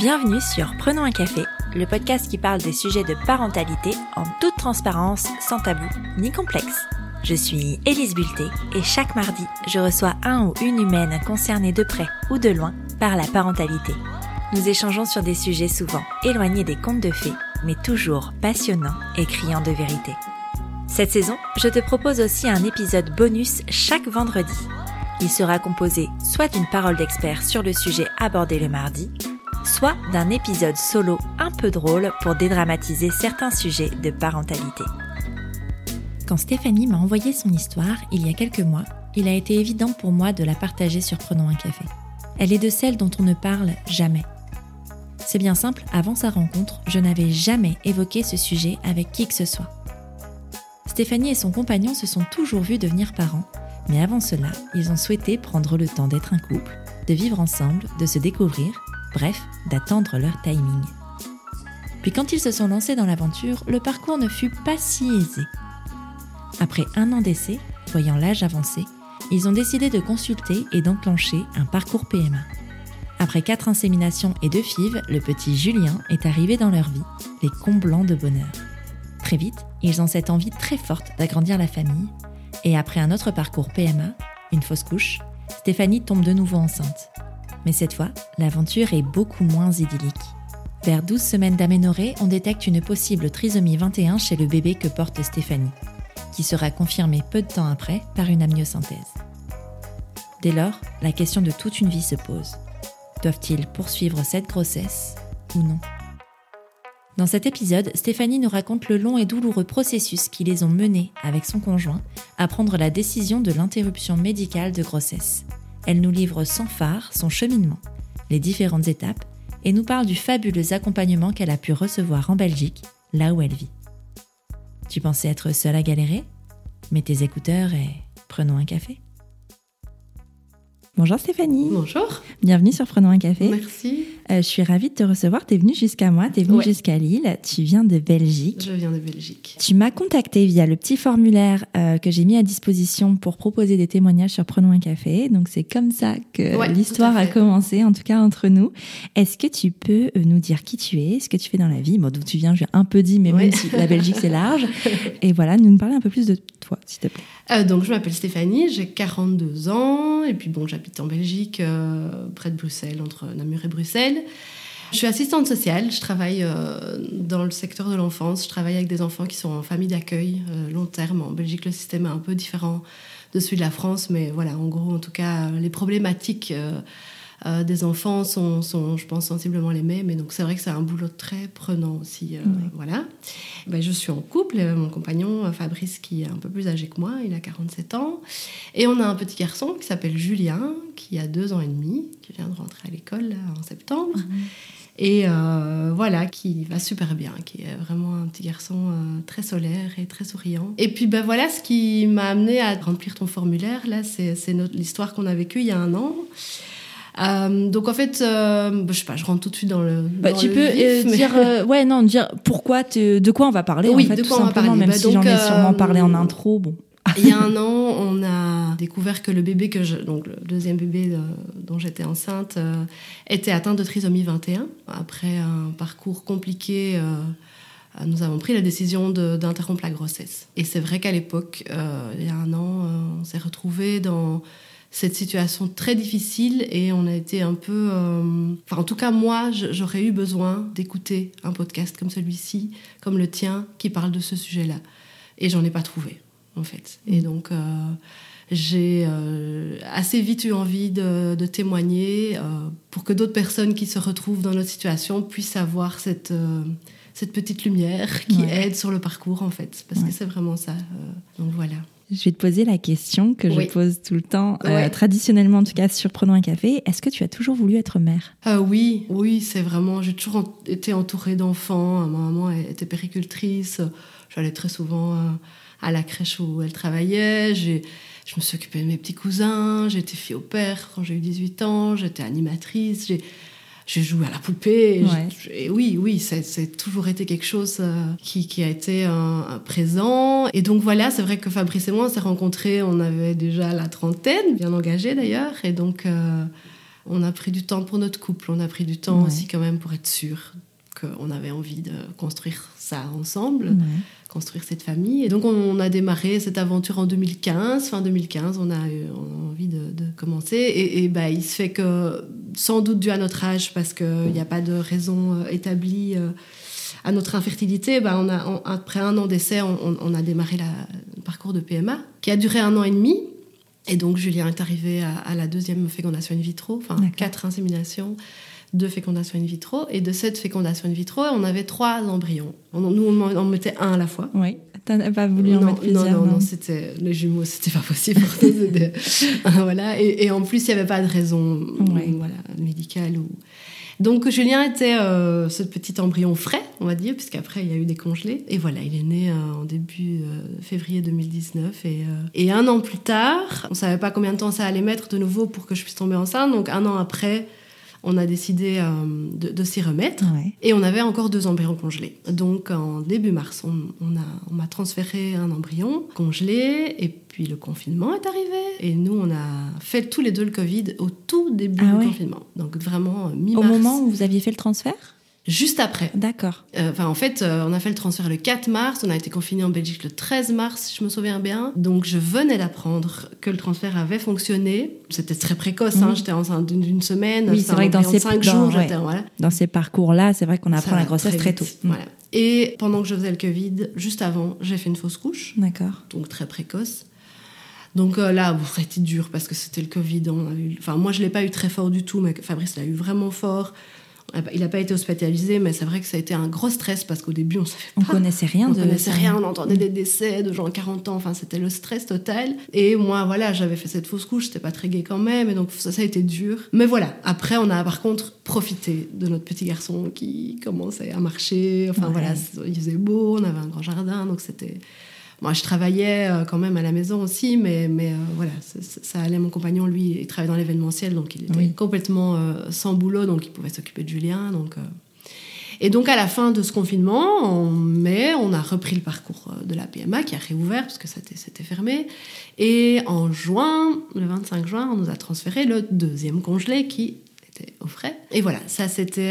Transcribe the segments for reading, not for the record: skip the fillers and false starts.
Bienvenue sur Prenons un café, le podcast qui parle des sujets de parentalité en toute transparence, sans tabou ni complexe. Je suis Élise Bulté et chaque mardi, je reçois un ou une humaine concernée de près ou de loin par la parentalité. Nous échangeons sur des sujets souvent éloignés des contes de fées, mais toujours passionnants et criants de vérité. Cette saison, je te propose aussi un épisode bonus chaque vendredi. Il sera composé soit d'une parole d'expert sur le sujet abordé le mardi, soit d'un épisode solo un peu drôle pour dédramatiser certains sujets de parentalité. Quand Stéphanie m'a envoyé son histoire il y a quelques mois, il a été évident pour moi de la partager sur Prenons un café. Elle est de celles dont on ne parle jamais. C'est bien simple, avant sa rencontre, je n'avais jamais évoqué ce sujet avec qui que ce soit. Stéphanie et son compagnon se sont toujours vus devenir parents, mais avant cela, ils ont souhaité prendre le temps d'être un couple, de vivre ensemble, de se découvrir, bref, d'attendre leur timing. Puis quand ils se sont lancés dans l'aventure, le parcours ne fut pas si aisé. Après 1 an d'essai, voyant l'âge avancé, ils ont décidé de consulter et d'enclencher un parcours PMA. Après 4 inséminations et 2 FIV, le petit Julien est arrivé dans leur vie, les comblant de bonheur. Très vite, ils ont cette envie très forte d'agrandir la famille, et après un autre parcours PMA, une fausse couche, Stéphanie tombe de nouveau enceinte. Mais cette fois, l'aventure est beaucoup moins idyllique. Vers 12 semaines d'aménorrhée, on détecte une possible trisomie 21 chez le bébé que porte Stéphanie, qui sera confirmée peu de temps après par une amniosynthèse. Dès lors, la question de toute une vie se pose. Doivent-ils poursuivre cette grossesse ou non ? Dans cet épisode, Stéphanie nous raconte le long et douloureux processus qui les ont menés, avec son conjoint, à prendre la décision de l'interruption médicale de grossesse. Elle nous livre sans phare son cheminement, les différentes étapes, et nous parle du fabuleux accompagnement qu'elle a pu recevoir en Belgique, là où elle vit. Tu pensais être seule à galérer ? Mets tes écouteurs et prenons un café. Bonjour Stéphanie. Bonjour. Bienvenue sur Prenons un café. Merci. Je suis ravie de te recevoir. Tu es venue jusqu'à moi, tu es venue jusqu'à Lille. Tu viens de Belgique. Je viens de Belgique. Tu m'as contactée via le petit formulaire que j'ai mis à disposition pour proposer des témoignages sur Prenons un café. Donc c'est comme ça que l'histoire a commencé, en tout cas entre nous. Est-ce que tu peux nous dire qui tu es, ce que tu fais dans la vie ? Bon, d'où tu viens, j'ai un peu dit, mais même si la Belgique c'est large. Et voilà, nous parler un peu plus de toi, s'il te plaît. Donc je m'appelle Stéphanie, j'ai 42 ans et puis bon, j'habite en Belgique, près de Bruxelles, entre Namur et Bruxelles. Je suis assistante sociale, je travaille dans le secteur de l'enfance, je travaille avec des enfants qui sont en famille d'accueil long terme. En Belgique, le système est un peu différent de celui de la France, mais voilà, en gros, en tout cas, les problématiques des enfants sont, je pense, sensiblement les mêmes. Et donc, c'est vrai que c'est un boulot très prenant aussi. Voilà. Ben, je suis en couple, mon compagnon Fabrice, qui est un peu plus âgé que moi, il a 47 ans. Et on a un petit garçon qui s'appelle Julien, qui a 2 ans et demi, qui vient de rentrer à l'école là, en septembre. Et voilà, qui va super bien, qui est vraiment un petit garçon très solaire et très souriant. Et puis ben voilà, ce qui m'a amenée à remplir ton formulaire, là, c'est l'histoire qu'on a vécue il y a 1 an. Donc en fait, je sais pas, je rentre tout de suite dans le. Tu peux dire pourquoi, de quoi on va parler. Oui, en fait, de tout quoi on va simplement, parler. Même si j'en ai sûrement parlé en intro, bon. Il y a 1 an, on a découvert que le bébé donc le deuxième bébé dont j'étais enceinte, était atteint de trisomie 21. Après un parcours compliqué, nous avons pris la décision d'interrompre la grossesse. Et c'est vrai qu'à l'époque, il y a 1 an, on s'est retrouvés dans cette situation très difficile et on a été un peu... en tout cas, moi, j'aurais eu besoin d'écouter un podcast comme celui-ci, comme le tien, qui parle de ce sujet-là. Et j'en ai pas trouvé, en fait. Et donc, j'ai assez vite eu envie de témoigner pour que d'autres personnes qui se retrouvent dans notre situation puissent avoir cette petite lumière qui aide sur le parcours, en fait. Parce que c'est vraiment ça. Donc, voilà. Je vais te poser la question que je pose tout le temps, traditionnellement en tout cas sur Prenons un café. Est-ce que tu as toujours voulu être mère ? Oui, c'est vraiment... J'ai toujours été entourée d'enfants. Ma maman était péricultrice. J'allais très souvent à la crèche où elle travaillait. Je me suis occupée de mes petits cousins. J'ai été fille au père quand j'ai eu 18 ans. J'étais animatrice. J'ai joué à la poupée. Oui, c'est toujours été quelque chose qui a été un présent. Et donc voilà, c'est vrai que Fabrice et moi, on s'est rencontrés, on avait déjà la trentaine, bien engagés d'ailleurs. Et donc, On a pris du temps pour notre couple, on a pris du temps aussi quand même pour être sûr qu'on avait envie de construire ça ensemble, construire cette famille. Et donc on a démarré cette aventure en 2015, fin 2015, on a envie de commencer. Et il se fait que, sans doute dû à notre âge, parce qu'il n'y a pas de raison établie à notre infertilité, après 1 an d'essai, on a démarré le parcours de PMA, qui a duré 1 an et demi. Et donc Julien est arrivé à la 2e fécondation in vitro, 4 inséminations, 2 fécondations in vitro. Et de cette fécondation in vitro, on avait 3 embryons. Nous, on en mettait 1 à la fois. Oui, tu n'as pas voulu en mettre plusieurs? Non, c'était, les jumeaux, c'était pas possible pour nous. Voilà. Et en plus, il n'y avait pas de raison médicale. Donc Julien était ce petit embryon frais, on va dire, puisqu'après il y a eu des congelés. Et voilà, il est né en début février 2019. Et 1 an plus tard, on ne savait pas combien de temps ça allait mettre de nouveau pour que je puisse tomber enceinte. Donc 1 an après, on a décidé de s'y remettre. Ouais. Et on avait encore 2 embryons congelés. Donc en début mars, on m'a transféré un embryon congelé. Et puis le confinement est arrivé. Et nous, on a fait tous les 2 le Covid au tout début du confinement. Donc vraiment mi-mars. Au moment où vous aviez fait le transfert ? Juste après. D'accord. En fait, on a fait le transfert le 4 mars, on a été confinés en Belgique le 13 mars, si je me souviens bien. Donc, je venais d'apprendre que le transfert avait fonctionné. C'était très précoce, j'étais enceinte d'une semaine. Oui, c'est vrai que dans ces 5 jours, dans ces parcours-là, c'est vrai qu'on apprend la grossesse très tôt. Voilà. Et pendant que je faisais le Covid, juste avant, j'ai fait une fausse couche. D'accord. Donc, très précoce. Donc là, ça a été dur parce que c'était le Covid. Moi, je ne l'ai pas eu très fort du tout, mais Fabrice l'a eu vraiment fort. Il n'a pas été hospitalisé, mais c'est vrai que ça a été un gros stress parce qu'au début, on ne savait pas. On ne connaissait rien. On entendait des décès de gens à 40 ans. Enfin, c'était le stress total. Et moi, voilà, j'avais fait cette fausse couche. C'était pas très gai quand même. Et donc, ça a été dur. Mais voilà. Après, on a par contre profité de notre petit garçon qui commençait à marcher. Enfin, voilà, il faisait beau. On avait un grand jardin. Donc, c'était... Moi, je travaillais quand même à la maison aussi, mais voilà, ça allait. Mon compagnon, lui, il travaillait dans l'événementiel, donc il était complètement sans boulot, donc il pouvait s'occuper de Julien. Et donc, à la fin de ce confinement, en mai, on a repris le parcours de la PMA, qui a réouvert, parce que c'était fermé. Et en juin, le 25 juin, on nous a transféré le 2e congelé, qui était au frais. Et voilà, ça, c'était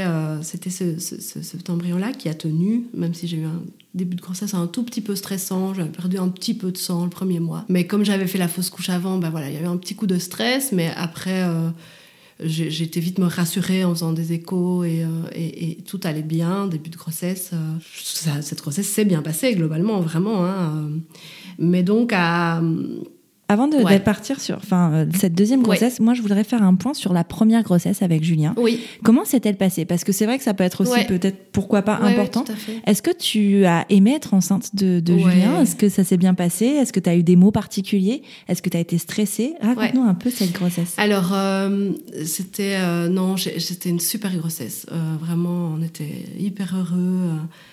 cet embryon-là qui a tenu, même si j'ai eu un début de grossesse un tout petit peu stressant, j'avais perdu un petit peu de sang le 1er mois. Mais comme j'avais fait la fausse couche avant, il y a eu un petit coup de stress, mais après, j'ai été vite me rassurer en faisant des échos et tout allait bien, début de grossesse. Cette grossesse s'est bien passée, globalement, vraiment. Mais donc, avant de partir sur cette 2e grossesse, moi je voudrais faire un point sur la première grossesse avec Julien. Oui. Comment s'est-elle passée ? Parce que c'est vrai que ça peut être aussi peut-être, pourquoi pas, important. Tout à fait. Est-ce que tu as aimé être enceinte de Julien ? Est-ce que ça s'est bien passé ? Est-ce que tu as eu des mots particuliers ? Est-ce que tu as été stressée ? Raconte-nous un peu cette grossesse. Alors, c'était une super grossesse. Vraiment, on était hyper heureux.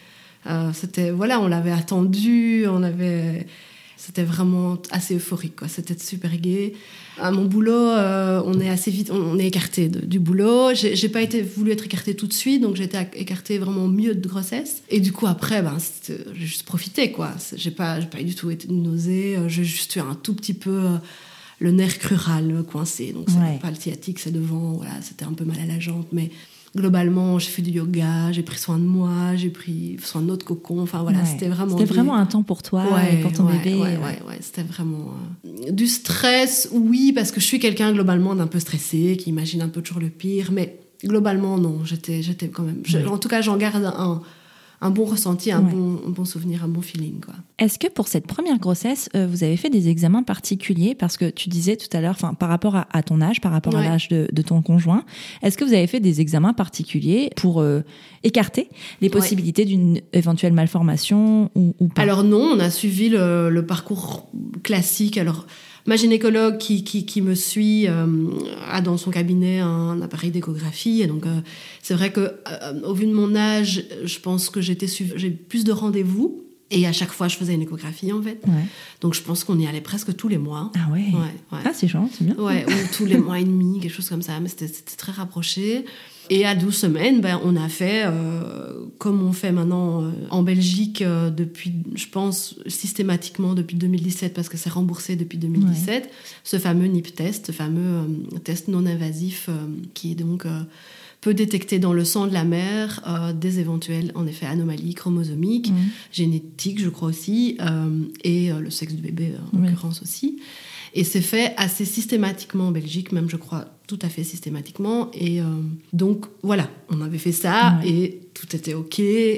On l'avait attendu, C'était vraiment assez euphorique, quoi. C'était super gai. À mon boulot, on est écarté du boulot. J'ai pas voulu être écartée tout de suite, donc j'ai été écartée vraiment au milieu de grossesse. Et du coup, après, j'ai juste profité, quoi. J'ai pas eu du tout été de nausée. J'ai juste eu un tout petit peu le nerf crural coincé. Donc, c'est pas le sciatique, c'est devant. Voilà, c'était un peu mal à la jambe, mais... Globalement, j'ai fait du yoga, j'ai pris soin de moi, j'ai pris soin de notre cocon. Enfin, voilà, c'était vraiment... C'était vraiment un temps pour toi et pour ton bébé. C'était vraiment... du stress, oui, parce que je suis quelqu'un, globalement, d'un peu stressé, qui imagine un peu toujours le pire. Mais globalement, non, j'étais quand même... En tout cas, j'en garde un bon ressenti, un bon souvenir, un bon feeling, quoi. Est-ce que pour cette première grossesse, vous avez fait des examens particuliers ? Parce que tu disais tout à l'heure, par rapport à ton âge, par rapport à l'âge de ton conjoint, est-ce que vous avez fait des examens particuliers pour écarter les possibilités d'une éventuelle malformation ou pas ? Alors non, on a suivi le parcours classique. Alors... Ma gynécologue qui me suit a dans son cabinet un appareil d'échographie. Et donc, c'est vrai qu'au vu de mon âge, je pense que j'ai plus de rendez-vous. Et à chaque fois, je faisais une échographie, en fait. Ouais. Donc, je pense qu'on y allait presque tous les mois. Ah ouais. Ah, c'est genre, c'est bien. Ouais, ou tous les mois et demi, quelque chose comme ça. Mais c'était très rapproché. Et à 12 semaines, on a fait, comme on fait maintenant en Belgique depuis, je pense, systématiquement depuis 2017, parce que c'est remboursé depuis 2017, ce fameux NIP test, ce fameux test non invasif qui est donc... peut détecter dans le sang de la mère des éventuelles, en effet, anomalies chromosomiques, génétiques, je crois aussi, et le sexe du bébé, en l'occurrence aussi. Et c'est fait assez systématiquement en Belgique, même, je crois, tout à fait systématiquement. Et donc, voilà, on avait fait ça, et tout était OK.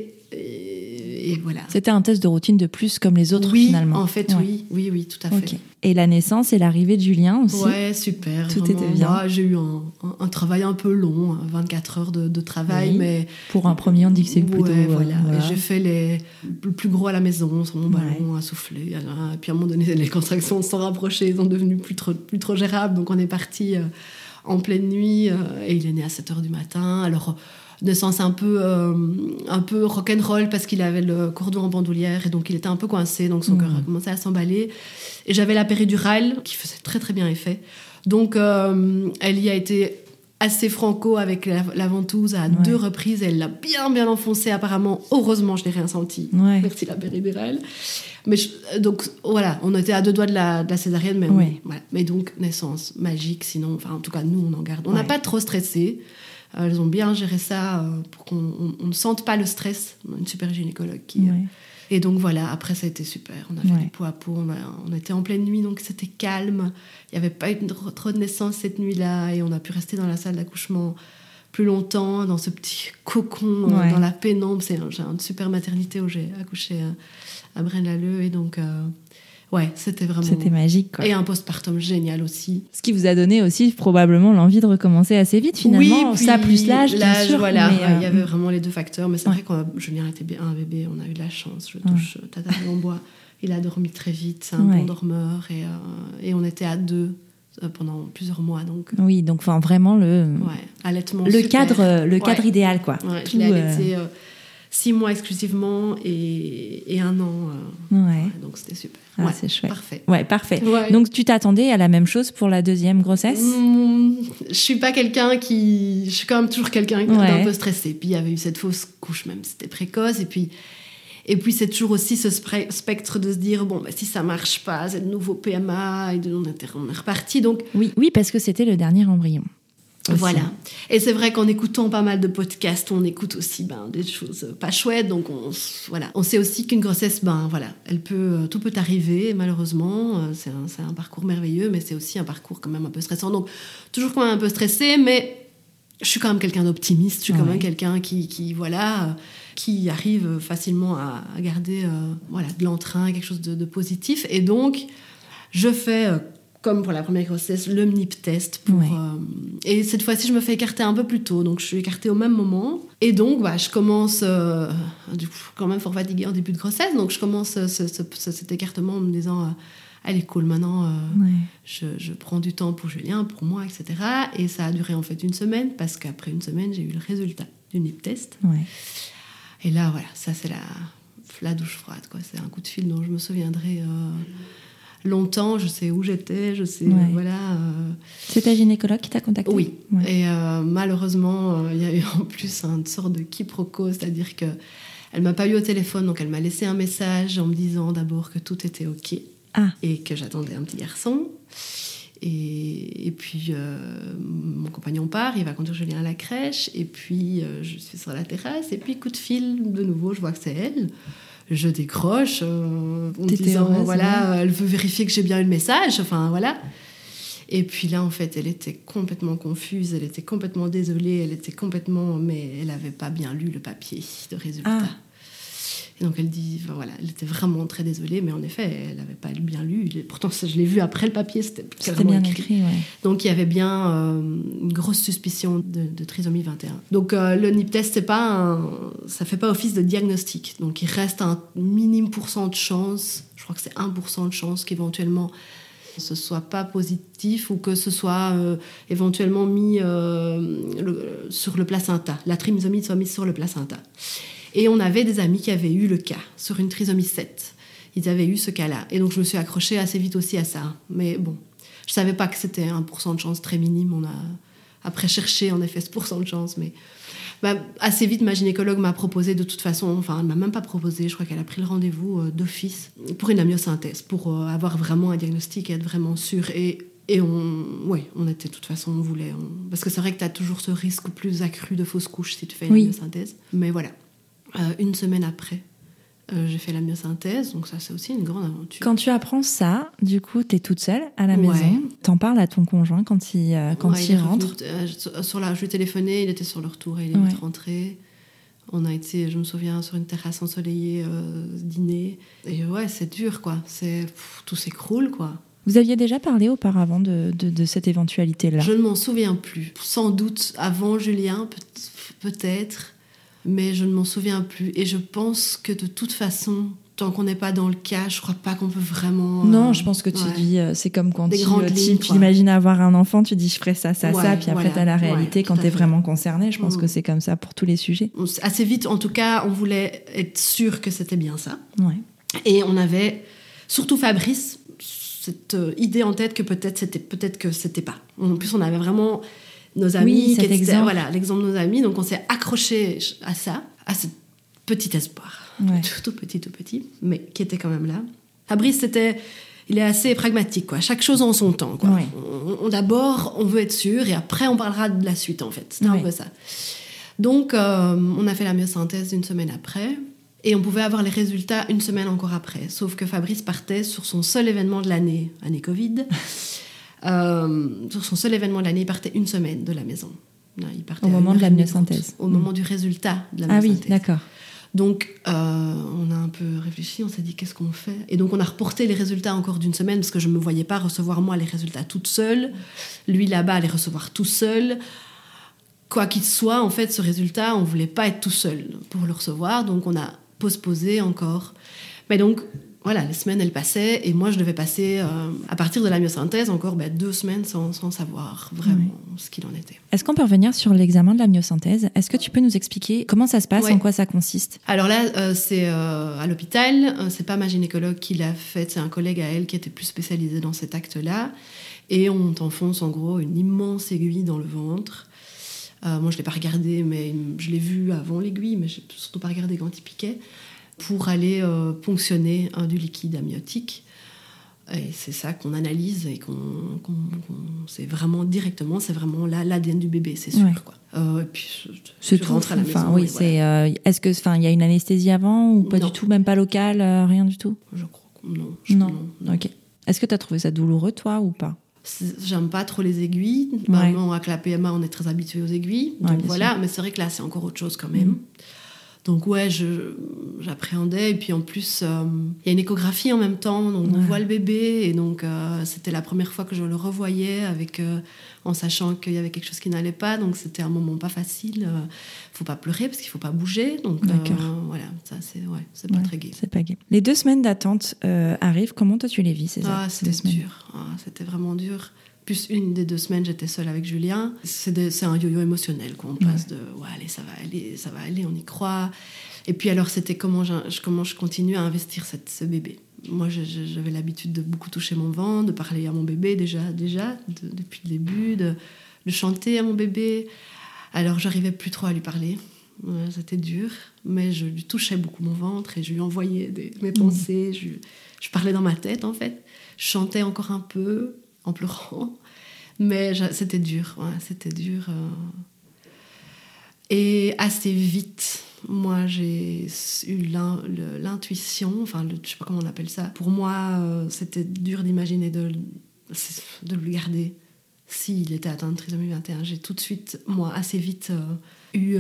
Et voilà. C'était un test de routine de plus comme les autres, finalement. En fait, oui, tout à fait. Okay. Et la naissance et l'arrivée de Julien aussi. Ouais, super. Tout vraiment. était bien. Moi, j'ai eu un travail un peu long, 24 heures de travail, mais... Pour un premier, on dit que c'est plutôt... voilà. Et j'ai fait le plus gros à la maison, sur mon ballon, à souffler. Et puis à un moment donné, les contractions se sont rapprochées, elles sont devenues plus trop gérables. Donc on est parti en pleine nuit, et il est né à 7 heures du matin. Alors... naissance un peu rock'n'roll parce qu'il avait le cordon en bandoulière et donc il était un peu coincé, donc son cœur a commencé à s'emballer. Et j'avais la péridurale qui faisait très très bien effet. Donc elle y a été assez franco avec la ventouse à 2 reprises. Elle l'a bien enfoncé apparemment. Heureusement, je n'ai rien senti. Ouais. Merci la péridurale. Mais donc voilà, on était à 2 doigts de la césarienne, mais voilà. Mais donc naissance magique. Sinon, enfin en tout cas nous on en garde. On n'a pas trop stressé. Elles ont bien géré ça pour qu'on ne sente pas le stress. On a une super gynécologue qui... Et donc voilà, après ça a été super. On a fait du pot à pot, on était en pleine nuit, donc c'était calme. Il n'y avait pas eu trop de naissances cette nuit-là et on a pu rester dans la salle d'accouchement plus longtemps, dans ce petit cocon, dans la pénombre. J'ai une super maternité où j'ai accouché à Braine-l'Alleud et donc... c'était vraiment... C'était magique, quoi. Et un postpartum génial aussi. Ce qui vous a donné aussi probablement l'envie de recommencer assez vite, finalement. Oui, ça plus l'âge, bien sûr. Voilà, il y avait vraiment les 2 facteurs. Mais c'est vrai que Julien était bien un bébé, on a eu de la chance. Je touche tata en bois. Il a dormi très vite, c'est un bon dormeur. Et on était à 2 pendant plusieurs mois. Donc... Oui, donc vraiment allaitement le cadre idéal, quoi. Je l'ai allaité 6 mois exclusivement et 1 an. Donc c'était super. C'est chouette. Parfait. Parfait. Donc tu t'attendais à la même chose pour la 2e grossesse ? Je suis pas quelqu'un qui... Je suis quand même toujours quelqu'un d'un peu stressé. Puis il y avait eu cette fausse couche, même si c'était précoce. Et puis c'est toujours aussi ce spectre de se dire, si ça marche pas, c'est de nouveau PMA, et on est reparti. Donc... Oui, parce que c'était le dernier embryon. Aussi. Voilà. Et c'est vrai qu'en écoutant pas mal de podcasts, on écoute aussi des choses pas chouettes. Donc on sait aussi qu'une grossesse, tout peut arriver, malheureusement. C'est un parcours merveilleux, mais c'est aussi un parcours quand même un peu stressant. Donc toujours quand même un peu stressé, mais je suis quand même quelqu'un d'optimiste. Je suis quand même quelqu'un qui arrive facilement à garder de l'entrain, quelque chose de positif. Et donc je fais... comme pour la première grossesse, le NIP test. Et cette fois-ci, je me fais écarter un peu plus tôt. Donc, je suis écartée au même moment. Et donc, je commence, du coup, quand même fort fatiguée en début de grossesse. Donc, je commence cet écartement en me disant, allez, cool, maintenant, je prends du temps pour Julien, pour moi, etc. Et ça a duré en fait 1 semaine, parce qu'après 1 semaine, j'ai eu le résultat du NIP test. Et là, voilà, ça, c'est la douche froide, quoi. C'est un coup de fil dont je me souviendrai... longtemps, je sais où j'étais, je sais, C'est ta gynécologue qui t'a contacté ? Oui. Et malheureusement, il y a eu en plus une sorte de quiproquo, c'est-à-dire qu'elle m'a pas eu au téléphone, donc elle m'a laissé un message en me disant d'abord que tout était OK et que j'attendais un petit garçon. Et puis, mon compagnon part, il va conduire Julien à la crèche, et puis je suis sur la terrasse, et puis coup de fil, de nouveau, je vois que c'est elle. Je décroche en disant elle veut vérifier que j'ai bien eu le message, et puis là en fait elle était complètement confuse, elle était complètement désolée, mais elle avait pas bien lu le papier de résultat. Et donc elle dit elle était vraiment très désolée, mais en effet elle n'avait pas bien lu. Pourtant je l'ai vu après le papier, c'était bien écrit. Donc il y avait bien une grosse suspicion de trisomie 21. Donc le NIP test ça fait pas office de diagnostic, donc il reste un minime % de chance, je crois que c'est 1% de chance qu'éventuellement ce soit pas positif ou que ce soit éventuellement mis sur le placenta, la trisomie soit mise sur le placenta. Et on avait des amis qui avaient eu le cas sur une trisomie 7. Ils avaient eu ce cas-là. Et donc, je me suis accrochée assez vite aussi à ça. Mais bon, je ne savais pas que c'était 1% de chance très minime. On a après cherché, en effet, ce pourcent de chance. Mais assez vite, ma gynécologue m'a proposé de toute façon... Enfin, elle ne m'a même pas proposé. Je crois qu'elle a pris le rendez-vous d'office pour une amniosynthèse, pour avoir vraiment un diagnostic et être vraiment sûre. Et on était, de toute façon, on voulait... Parce que c'est vrai que tu as toujours ce risque plus accru de fausse couche si tu fais une amniosynthèse. Mais voilà. Une semaine après, j'ai fait la myosynthèse, donc ça, c'est aussi une grande aventure. Quand tu apprends ça, du coup, t'es toute seule à la maison. T'en parles à ton conjoint quand il rentre. Je lui ai téléphoné, il était sur le retour et il est vite rentré. On a été, je me souviens, sur une terrasse ensoleillée, dîner. Et c'est dur, quoi. Tout s'écroule, quoi. Vous aviez déjà parlé auparavant de cette éventualité-là? Je ne m'en souviens plus. Sans doute avant Julien, peut-être. Mais je ne m'en souviens plus. Et je pense que de toute façon, tant qu'on n'est pas dans le cas, je crois pas qu'on peut vraiment... Non, je pense que tu dis... C'est comme quand tu imagines avoir un enfant, tu dis je ferai ça, puis après t'as la réalité quand t'es vraiment concerné. Je pense que c'est comme ça pour tous les sujets. Assez vite, en tout cas, on voulait être sûr que c'était bien ça. Ouais. Et on avait, surtout Fabrice, cette idée en tête que peut-être que c'était pas. En plus, on avait vraiment... nos amis, l'exemple de nos amis, donc on s'est accroché à ça, à ce petit espoir, tout petit, mais qui était quand même là. Fabrice, il est assez pragmatique, quoi. Chaque chose en son temps, quoi. Ouais. D'abord, on veut être sûr, et après, on parlera de la suite, en fait. C'était un peu ça. Donc, on a fait la myosynthèse une semaine après, et on pouvait avoir les résultats une semaine encore après. Sauf que Fabrice partait sur son seul événement de l'année Covid. Sur son seul événement de l'année, il partait une semaine de la maison. Il partait au moment de la myosynthèse. Au moment du résultat de la myosynthèse. Ah oui, d'accord. Donc, on a un peu réfléchi, on s'est dit qu'est-ce qu'on fait ? Et donc, on a reporté les résultats encore d'une semaine parce que je ne me voyais pas recevoir, moi, les résultats toute seule. Lui, là-bas, les recevoir tout seul. Quoi qu'il soit, en fait, ce résultat, on ne voulait pas être tout seul pour le recevoir. Donc, on a postposé encore. Mais donc... Voilà, les semaines, elles passaient, et moi, je devais passer, à partir de la myosynthèse, encore 2 semaines sans savoir vraiment ce qu'il en était. Est-ce qu'on peut revenir sur l'examen de la myosynthèse ? Est-ce que tu peux nous expliquer comment ça se passe, en quoi ça consiste ? Alors là, c'est à l'hôpital, c'est pas ma gynécologue qui l'a fait, c'est un collègue à elle qui était plus spécialisé dans cet acte-là, et on t'enfonce en gros une immense aiguille dans le ventre. Moi, je l'ai pas regardé, mais je l'ai vu avant l'aiguille, mais j'ai surtout pas regardé quand il piquait, pour aller ponctionner du liquide amniotique. Et c'est ça qu'on analyse et c'est vraiment directement, c'est vraiment l'ADN du bébé, c'est sûr. Quoi. Et puis, c'est tout. Rentres à la maison. Oui, c'est, est-ce que, il y a une anesthésie avant ou pas du tout, même pas locale, rien du tout ? Je crois que non. Non. Ok. Est-ce que tu as trouvé ça douloureux, toi, ou pas ? J'aime pas trop les aiguilles. Normalement, avec la PMA, on est très habitué aux aiguilles. Donc voilà, mais c'est vrai que là, c'est encore autre chose quand même. Donc j'appréhendais, et puis en plus il y a une échographie en même temps, donc on voit le bébé, et donc c'était la première fois que je le revoyais en sachant qu'il y avait quelque chose qui n'allait pas, donc c'était un moment pas facile. Faut pas pleurer parce qu'il faut pas bouger, donc voilà, ça c'est pas très gai. C'est pas gai. Les 2 semaines d'attente arrivent, comment toi tu les vis, ces 2 semaines ? Dur, c'était vraiment dur. Plus une des 2 semaines, j'étais seule avec Julien. C'est un yo-yo émotionnel, quoi. On passe de allez, ça va aller, on y croit. Et puis alors, c'était comment je continue à investir ce bébé. Moi, j'avais l'habitude de beaucoup toucher mon ventre, de parler à mon bébé déjà depuis le début, de chanter à mon bébé. Alors, j'arrivais plus trop à lui parler. C'était dur, mais je lui touchais beaucoup mon ventre et je lui envoyais mes pensées. Je parlais dans ma tête, en fait. Je chantais encore un peu, en pleurant, mais c'était dur, c'était dur. Et assez vite, moi, j'ai eu l'intuition, je sais pas comment on appelle ça. Pour moi, c'était dur d'imaginer de le garder s'il était atteint de trisomie 21. J'ai tout de suite, moi, assez vite eu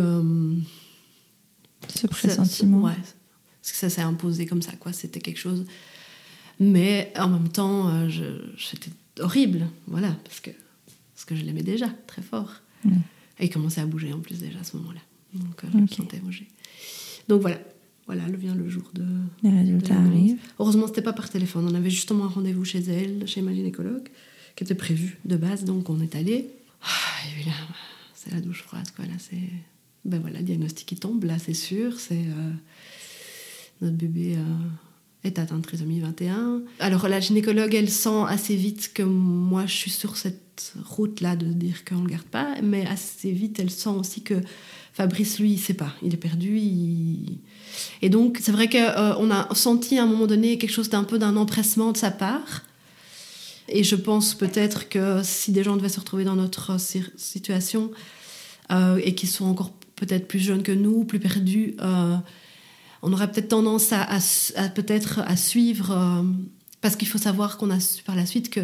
ce pressentiment. Parce que ça s'est imposé comme ça, quoi. C'était quelque chose. Mais en même temps, c'était horrible, voilà, parce que je l'aimais déjà très fort. Et il commençait à bouger en plus déjà à ce moment-là. Donc je me sentais bouger. Donc voilà, vient le jour de... Les résultats arrivent. Heureusement, c'était pas par téléphone. On avait justement un rendez-vous chez elle, chez ma gynécologue, qui était prévu de base, donc on est allé. Et puis là, c'est la douche froide, quoi. Là, ben voilà, le diagnostic qui tombe, là, c'est sûr. C'est notre bébé est atteint de trisomie 21. Alors, la gynécologue, elle sent assez vite que moi, je suis sur cette route-là de dire qu'on ne le garde pas, mais assez vite, elle sent aussi que Fabrice, lui, il ne sait pas. Il est perdu. Et donc, c'est vrai qu'on a senti à un moment donné quelque chose d'un empressement de sa part. Et je pense peut-être que si des gens devaient se retrouver dans notre situation et qui sont encore peut-être plus jeunes que nous, plus perdus, on aurait peut-être tendance peut-être à suivre, parce qu'il faut savoir qu'on a su par la suite que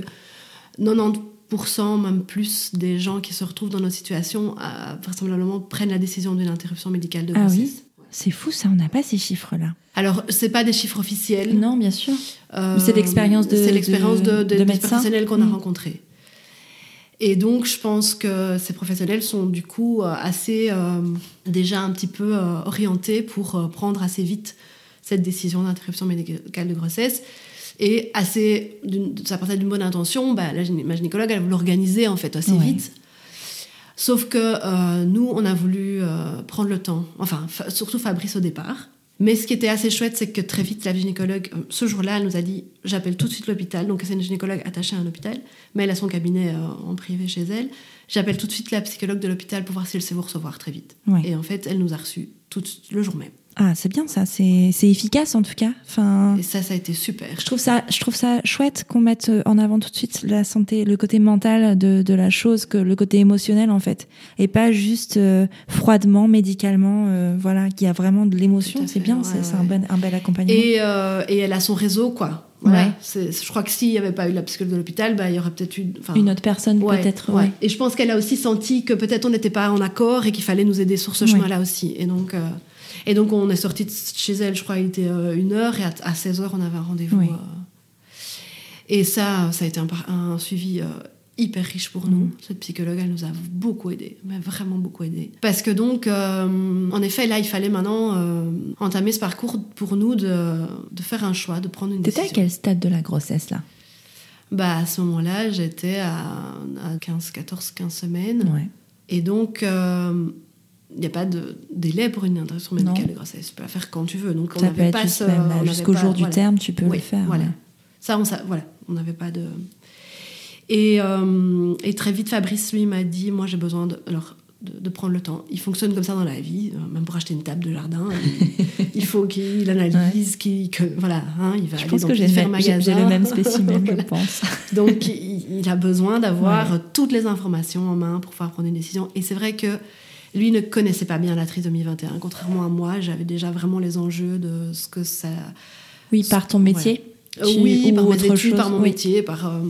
90%, même plus, des gens qui se retrouvent dans notre situation vraisemblablement prennent la décision d'une interruption médicale de grossesse. Oui. C'est fou ça, on n'a pas ces chiffres-là. Alors, c'est pas des chiffres officiels. Non, bien sûr. C'est l'expérience des professionnels qu'on a rencontrés. Et donc, je pense que ces professionnels sont du coup assez déjà un petit peu orientés pour prendre assez vite cette décision d'interruption médicale de grossesse. Et ça partait d'une bonne intention, ma gynécologue, elle voulait l'organiser en fait assez vite. Sauf que nous, on a voulu prendre le temps, enfin, surtout Fabrice au départ. Mais ce qui était assez chouette, c'est que très vite, la gynécologue, ce jour-là, elle nous a dit « J'appelle tout de suite l'hôpital ». Donc, c'est une gynécologue attachée à un hôpital, mais elle a son cabinet en privé chez elle. J'appelle tout de suite la psychologue de l'hôpital pour voir si elle sait vous recevoir très vite. Ouais. Et en fait, elle nous a reçus le jour même. Ah, c'est bien ça, c'est efficace en tout cas. Enfin, et ça a été super. Je trouve ça chouette qu'on mette en avant tout de suite la santé, le côté mental de la chose, que le côté émotionnel en fait, et pas juste froidement, médicalement, voilà, qu'il y a vraiment de l'émotion. C'est bien, c'est un bel accompagnement. Et elle a son réseau, quoi. Voilà. Je crois que s'il n'y avait pas eu la psychologue de l'hôpital, il y aurait peut-être eu... une autre personne peut-être. Ouais. Et je pense qu'elle a aussi senti que peut-être on n'était pas en accord et qu'il fallait nous aider sur ce chemin-là aussi. Et donc, on est sorti de chez elle, je crois, il était 1h, et à 16h, on avait un rendez-vous. Oui. Et ça a été un suivi hyper riche pour nous. Cette psychologue, elle nous a beaucoup aidés, mais vraiment beaucoup aidés. Parce que donc, en effet, là, il fallait maintenant entamer ce parcours pour nous de faire un choix, de prendre une décision. T'étais à quel stade de la grossesse, là ? À ce moment-là, j'étais à 15 semaines. Ouais. Et donc... il n'y a pas de délai pour une interruption médicale de grossesse. Tu peux la faire quand tu veux. Donc, on n'avait pas jusqu'au jour du terme, tu peux le faire. Voilà. Ouais. On n'avait pas de... Et très vite, Fabrice, lui, m'a dit, moi, j'ai besoin de prendre le temps. Il fonctionne comme ça dans la vie, même pour acheter une table de jardin. Il faut qu'il analyse, il va je aller pense dans que différents magasins. J'ai le même spécimen, je pense. Donc, il a besoin d'avoir toutes les informations en main pour pouvoir prendre une décision. Et c'est vrai que lui ne connaissait pas bien la trisomie 21. Contrairement à moi, j'avais déjà vraiment les enjeux de ce que ça... Oui, par ton métier Oui, par mes études, par mon métier,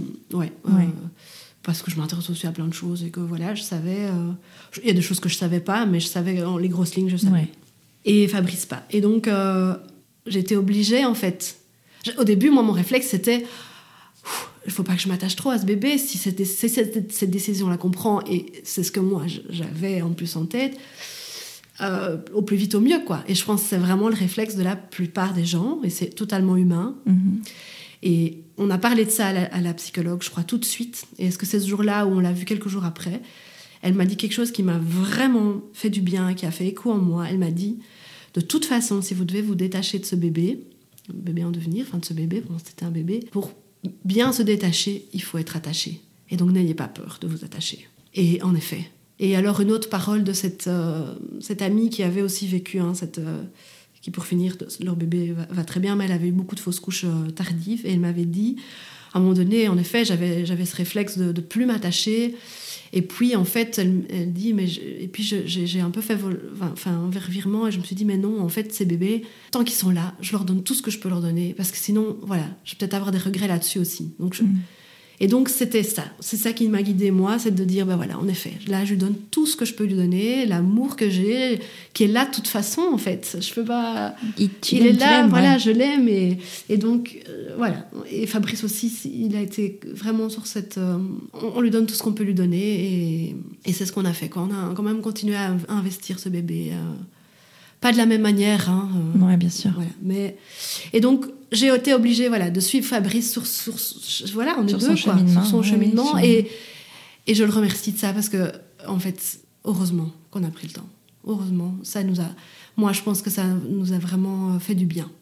parce que je m'intéresse aussi à plein de choses et que voilà, je savais... il y a des choses que je ne savais pas, mais je savais, les grosses lignes, je savais. Ouais. Et Fabrice pas. Et donc, j'étais obligée, en fait... Au début, moi, mon réflexe, c'était... Il ne faut pas que je m'attache trop à ce bébé. Si c'est cette décision-là qu'on prend, et c'est ce que moi, j'avais en plus en tête, au plus vite, au mieux, quoi. Et je pense que c'est vraiment le réflexe de la plupart des gens, et c'est totalement humain. Et on a parlé de ça à la psychologue, je crois, tout de suite. Et est-ce que c'est ce jour-là où on l'a vu quelques jours après ? Elle m'a dit quelque chose qui m'a vraiment fait du bien, qui a fait écho en moi. Elle m'a dit, de toute façon, si vous devez vous détacher de ce bébé en devenir, de ce bébé, bon, c'était un bébé, pour bien se détacher, il faut être attaché. Et donc, n'ayez pas peur de vous attacher. Et en effet. Et alors, une autre parole de cette amie qui avait aussi vécu, qui pour finir, leur bébé va très bien, mais elle avait eu beaucoup de fausses couches tardives. Et elle m'avait dit, à un moment donné, en effet, j'avais ce réflexe de ne plus m'attacher. Et puis, en fait, elle dit, j'ai un peu fait un revirement, et je me suis dit, mais non, en fait, ces bébés, tant qu'ils sont là, je leur donne tout ce que je peux leur donner, parce que sinon, voilà, je vais peut-être avoir des regrets là-dessus aussi. Donc, Et donc, c'était ça. C'est ça qui m'a guidée, moi, c'est de dire, voilà, en effet, là, je lui donne tout ce que je peux lui donner, l'amour que j'ai, qui est là de toute façon, en fait. Je peux pas... Il est là, voilà, je l'aime, et donc, voilà. Et Fabrice aussi, il a été vraiment sur cette... on lui donne tout ce qu'on peut lui donner, et c'est ce qu'on a fait, quoi. On a quand même continué à investir ce bébé. Pas de la même manière, ouais, bien sûr. Voilà. Et donc, j'ai été obligée, de suivre Fabrice sur on est sur deux, sur son cheminement. Et je le remercie de ça, parce que, en fait, heureusement qu'on a pris le temps. Heureusement, moi, je pense que ça nous a vraiment fait du bien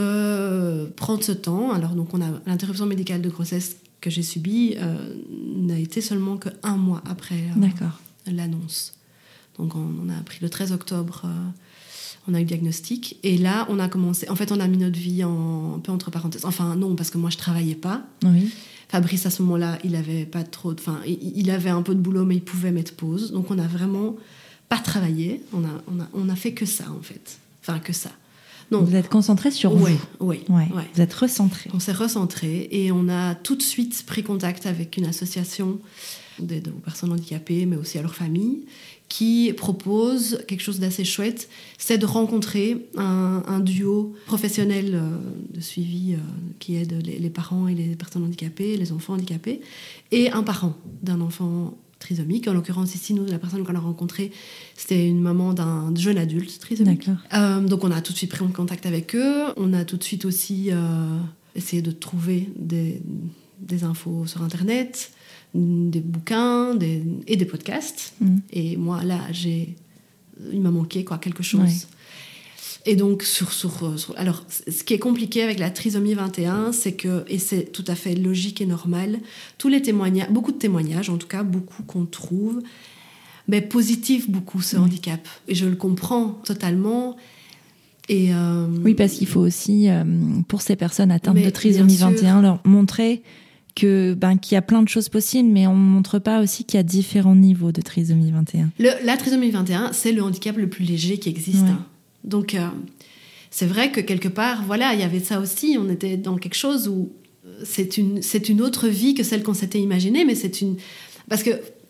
de prendre ce temps. Alors, donc, l'interruption médicale de grossesse que j'ai subie n'a été seulement que 1 mois après l'annonce. Donc, on a appris le 13 octobre, on a eu le diagnostic. Et là, on a commencé... En fait, on a mis notre vie un peu entre parenthèses. Enfin, non, parce que moi, je ne travaillais pas. Oui. Fabrice, à ce moment-là, il avait pas trop... Enfin, il avait un peu de boulot, mais il pouvait mettre pause. Donc, on a vraiment pas travaillé. On a fait que ça, en fait. Enfin, que ça. Donc, vous êtes concentré sur vous. Oui. Vous êtes recentré. On s'est recentré et on a tout de suite pris contact avec une association d'aide aux personnes handicapées, mais aussi à leurs familles, qui propose quelque chose d'assez chouette, c'est de rencontrer un duo professionnel de suivi qui aide les parents et les personnes handicapées, les enfants handicapés, et un parent d'un enfant trisomique. En l'occurrence, ici, nous, la personne qu'on a rencontrée, c'était une maman d'un jeune adulte trisomique. Donc, on a tout de suite pris contact avec eux. On a tout de suite aussi essayé de trouver des infos sur Internet, des bouquins et des podcasts. Et moi, là, il m'a manqué quelque chose. Ouais. Et donc, alors, ce qui est compliqué avec la trisomie 21, c'est que, et c'est tout à fait logique et normal, tous les témoignages, beaucoup de témoignages, en tout cas, beaucoup qu'on trouve, mais positifs beaucoup, ce handicap. Et je le comprends totalement. Et oui, parce qu'il faut aussi, pour ces personnes atteintes de trisomie 21, leur montrer qu'il y a plein de choses possibles, mais on ne montre pas aussi qu'il y a différents niveaux de trisomie 21. La trisomie 21, c'est le handicap le plus léger qui existe. Ouais. Donc, c'est vrai que quelque part, il y avait ça aussi. On était dans quelque chose où c'est une autre vie que celle qu'on s'était imaginée, mais parce que,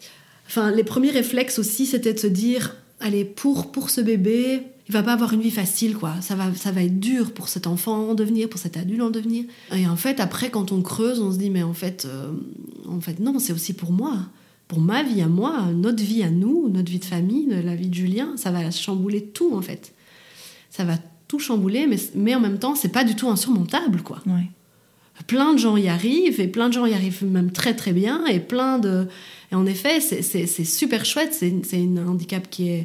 les premiers réflexes aussi, c'était de se dire, allez, pour ce bébé, il va pas avoir une vie facile, quoi. Ça va être dur pour cet enfant en devenir, pour cet adulte en devenir. Et en fait, après, quand on creuse, on se dit, mais en fait, non, c'est aussi pour moi. Pour ma vie à moi, notre vie à nous, notre vie de famille, la vie de Julien, ça va chambouler tout, en fait. Ça va tout chambouler, mais en même temps, c'est pas du tout insurmontable, quoi. Ouais. Plein de gens y arrivent, et plein de gens y arrivent même très très bien, et en effet, c'est super chouette. C'est un handicap qui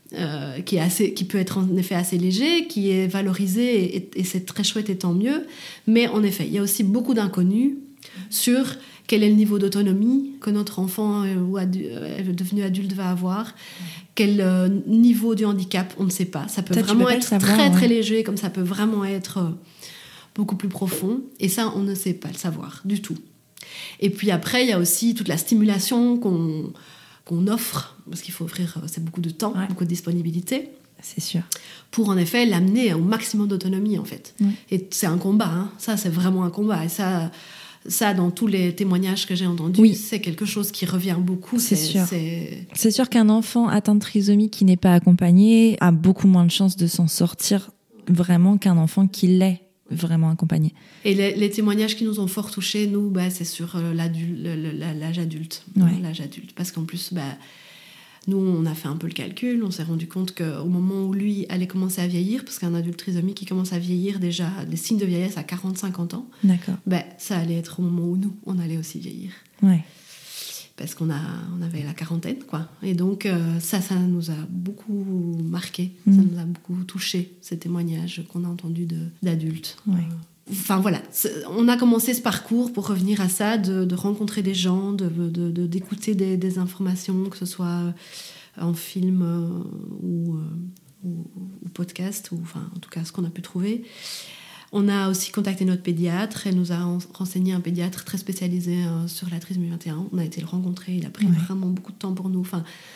peut être en effet assez léger, qui est valorisé, et c'est très chouette et tant mieux. Mais en effet, il y a aussi beaucoup d'inconnus sur quel est le niveau d'autonomie que notre enfant devenu adulte va avoir, quel niveau du handicap, on ne sait pas. Ça peut vraiment être très très léger, comme ça peut vraiment être beaucoup plus profond. Et ça, on ne sait pas le savoir du tout. Et puis après, il y a aussi toute la stimulation qu'on offre, parce qu'il faut offrir, c'est beaucoup de temps, beaucoup de disponibilité. C'est sûr. Pour en effet l'amener au maximum d'autonomie, en fait. Et c'est un combat, hein. Ça, c'est vraiment un combat. Et ça, dans tous les témoignages que j'ai entendus, c'est quelque chose qui revient beaucoup. C'est sûr. C'est sûr qu'un enfant atteint de trisomie qui n'est pas accompagné a beaucoup moins de chances de s'en sortir vraiment qu'un enfant qui l'est vraiment accompagné. Et les témoignages qui nous ont fort touchés, nous, c'est sur l'âge adulte. L'âge adulte. Parce qu'en plus, nous, on a fait un peu le calcul, on s'est rendu compte qu'au moment où lui allait commencer à vieillir, parce qu'un adulte trisomique qui commence à vieillir déjà, les signes de vieillesse à 40-50 ans, d'accord. Ça allait être au moment où nous, on allait aussi vieillir. Ouais. Parce qu'on avait la quarantaine, quoi. Et donc, ça nous a beaucoup marqué, ça nous a beaucoup touché, ces témoignages qu'on a entendus d'adultes. Ouais. On a commencé ce parcours pour revenir à ça, de rencontrer des gens, d'écouter des informations, que ce soit en film ou podcast, ou en tout cas ce qu'on a pu trouver. On a aussi contacté notre pédiatre. Elle nous a renseigné un pédiatre très spécialisé sur la trisomie 21. On a été le rencontrer. Il a pris vraiment beaucoup de temps pour nous.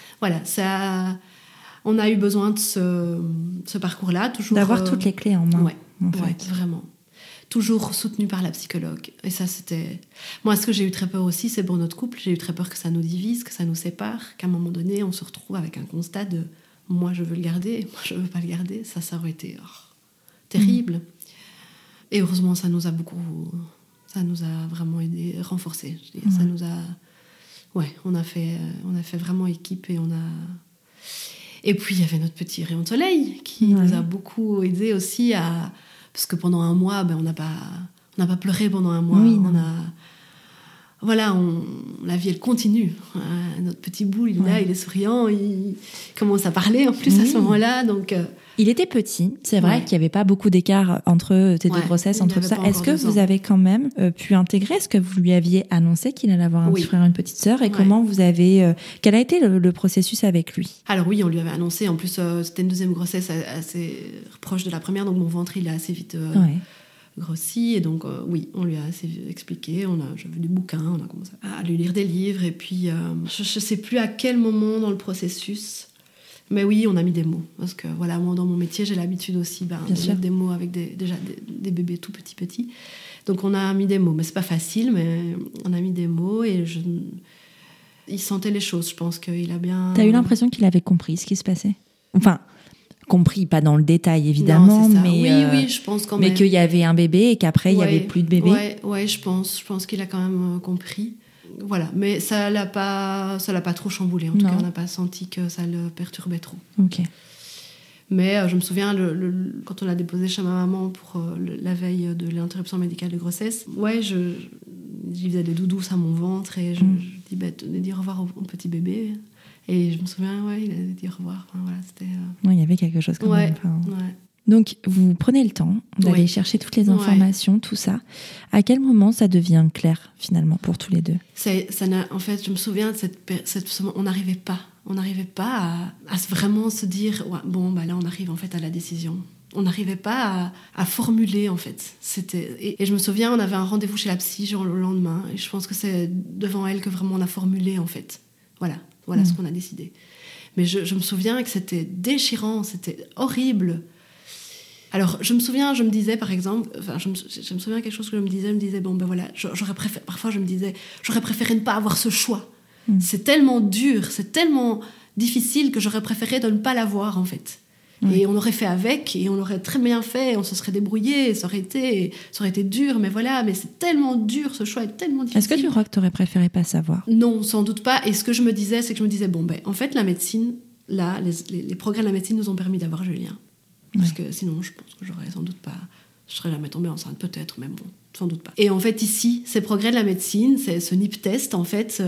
On a eu besoin de ce parcours-là. Toujours, d'avoir toutes les clés en main. En fait. Vraiment. Toujours soutenu par la psychologue. Et ça, c'était... Moi, ce que j'ai eu très peur aussi, c'est pour notre couple. J'ai eu très peur que ça nous divise, que ça nous sépare, qu'à un moment donné, on se retrouve avec un constat de « moi, je veux le garder, moi, je veux pas le garder ». Ça aurait été terrible. Et heureusement, ça nous a vraiment aidé, renforcé. Ça nous a... on a fait vraiment équipe et on a... Et puis, il y avait notre petit rayon de soleil qui nous a beaucoup aidé aussi à... Parce que pendant un mois, on n'a pas pleuré pendant un mois. Oui, voilà, la vie, elle continue. Notre petit bout, il est là, il est souriant, il commence à parler en plus à ce moment-là. Donc, il était petit, c'est vrai qu'il n'y avait pas beaucoup d'écart entre tes deux grossesses, entre tout ça. Est-ce que vous avez quand même pu intégrer, est-ce que vous lui aviez annoncé qu'il allait avoir un petit frère et une petite sœur, et comment vous avez... quel a été le processus avec lui? Alors oui, on lui avait annoncé, en plus c'était une deuxième grossesse assez proche de la première, donc mon ventre il a assez vite grossi, et donc oui, on lui a assez expliqué, j'avais du bouquin, on a commencé à lui lire des livres, et puis je ne sais plus à quel moment dans le processus, mais oui, on a mis des mots, parce que voilà, moi dans mon métier j'ai l'habitude aussi de mettre des mots avec déjà des bébés tout petits, donc on a mis des mots, mais c'est pas facile, mais on a mis des mots, et il sentait les choses, je pense qu'il a bien... T'as eu l'impression qu'il avait compris ce qui se passait? Enfin, compris, pas dans le détail évidemment, non, mais oui, je pense quand même. Mais qu'il y avait un bébé et qu'après il y avait plus de bébé. Ouais, je pense qu'il a quand même compris. Voilà, mais ça l'a pas trop chamboulé. En tout cas, on n'a pas senti que ça le perturbait trop. Ok. Mais je me souviens quand on l'a déposé chez ma maman pour la veille de l'interruption médicale de grossesse. Ouais, j'y faisais des doudous à mon ventre et je dis dis au revoir au petit bébé. Et je me souviens, il a dit au revoir. Enfin, voilà, c'était... il y avait quelque chose quand même. Enfin... Ouais. Donc, vous prenez le temps d'aller chercher toutes les informations, tout ça. À quel moment ça devient clair, finalement, pour tous les deux? En fait, je me souviens de on n'arrivait pas à vraiment se dire, là, on arrive en fait à la décision. On n'arrivait pas à formuler, en fait. Et je me souviens, on avait un rendez-vous chez la psy le lendemain, et je pense que c'est devant elle que vraiment on a formulé, en fait. Voilà ce qu'on a décidé. Mais je me souviens que c'était déchirant, c'était horrible. Alors, je me souviens, je me disais, par exemple, je me souviens quelque chose que je me disais, parfois je me disais, j'aurais préféré ne pas avoir ce choix. C'est tellement dur, c'est tellement difficile que j'aurais préféré de ne pas l'avoir, en fait. Et on aurait fait avec, et on aurait très bien fait, on se serait débrouillé, ça aurait été dur, mais c'est tellement dur, ce choix est tellement difficile. Est-ce que tu crois que tu aurais préféré pas savoir? Non, sans doute pas. Et ce que je me disais, c'est que en fait, la médecine, là, les progrès de la médecine nous ont permis d'avoir Julien. Parce que sinon, je pense que j'aurais sans doute pas... Je serais jamais tombée enceinte, peut-être, mais bon, sans doute pas. Et en fait, ici, ces progrès de la médecine, c'est ce NIP test, en fait,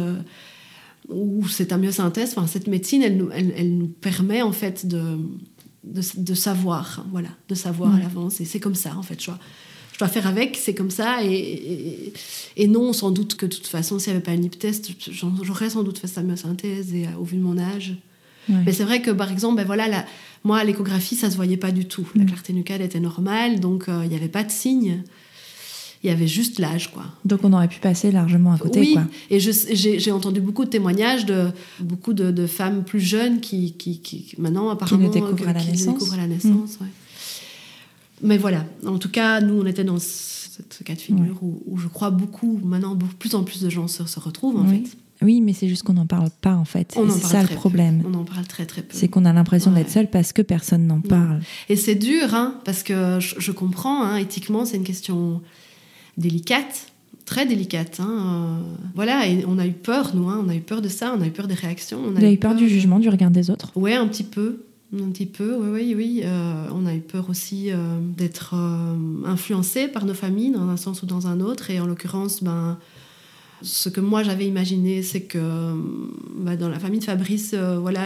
ou c'est un myosynthèse, cette médecine, elle nous permet, en fait, de savoir, de savoir à l'avance. Et c'est comme ça, en fait, je dois faire avec, c'est comme ça. Et non, sans doute que de toute façon, s'il n'y avait pas un NIP test, j'aurais sans doute fait sa myosynthèse, et au vu de mon âge... Mais c'est vrai que, par exemple, moi, à l'échographie, ça ne se voyait pas du tout. La clarté nucale était normale, donc il n'y avait pas de signe. Il y avait juste l'âge, quoi. Donc on aurait pu passer largement à côté, quoi. Et j'ai entendu beaucoup de témoignages de beaucoup de femmes plus jeunes qui maintenant, apparemment... Qui le découvrent à la naissance. Mais voilà, en tout cas, nous, on était dans ce cas de figure où je crois beaucoup, maintenant, plus en plus de gens se retrouvent, en fait. Oui, mais c'est juste qu'on n'en parle pas, en fait. C'est ça le problème. On en parle très, très peu. C'est qu'on a l'impression d'être seul parce que personne n'en parle. Et c'est dur, parce que je comprends, éthiquement, c'est une question délicate, très délicate. Et on a eu peur, nous, on a eu peur de ça, on a eu peur des réactions. Vous avez eu peur du jugement, du regard des autres? Oui, un petit peu, oui. On a eu peur aussi d'être influencés par nos familles, dans un sens ou dans un autre. Et en l'occurrence, ce que moi j'avais imaginé, c'est que dans la famille de Fabrice,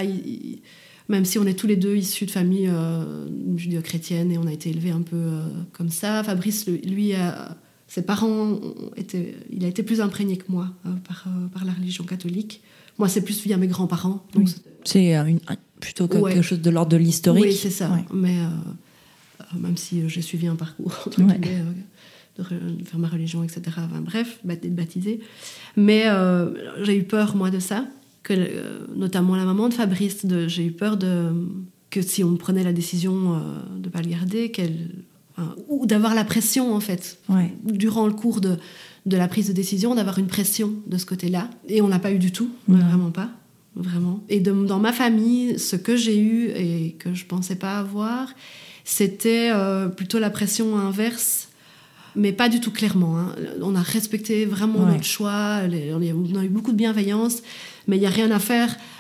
même si on est tous les deux issus de familles judéo-chrétiennes et on a été élevés un peu comme ça, Fabrice, lui, ses parents, il a été plus imprégné que moi par la religion catholique. Moi, c'est plus via mes grands-parents. Donc c'est plutôt quelque chose de l'ordre de l'historique. Oui, c'est ça. Mais même si j'ai suivi un parcours, entre guillemets, de faire ma religion, etc. Bref, d'être baptisée. Mais j'ai eu peur, moi, de ça. Notamment la maman de Fabrice, j'ai eu peur que si on prenait la décision de ne pas le garder, ou d'avoir la pression, en fait, durant le cours de la prise de décision, d'avoir une pression de ce côté-là. Et on l'a pas eu du tout, vraiment pas. Vraiment. Et dans ma famille, ce que j'ai eu et que je pensais pas avoir, c'était plutôt la pression inverse, mais pas du tout clairement. On a respecté vraiment notre choix, on a eu beaucoup de bienveillance, mais il n'y a rien à faire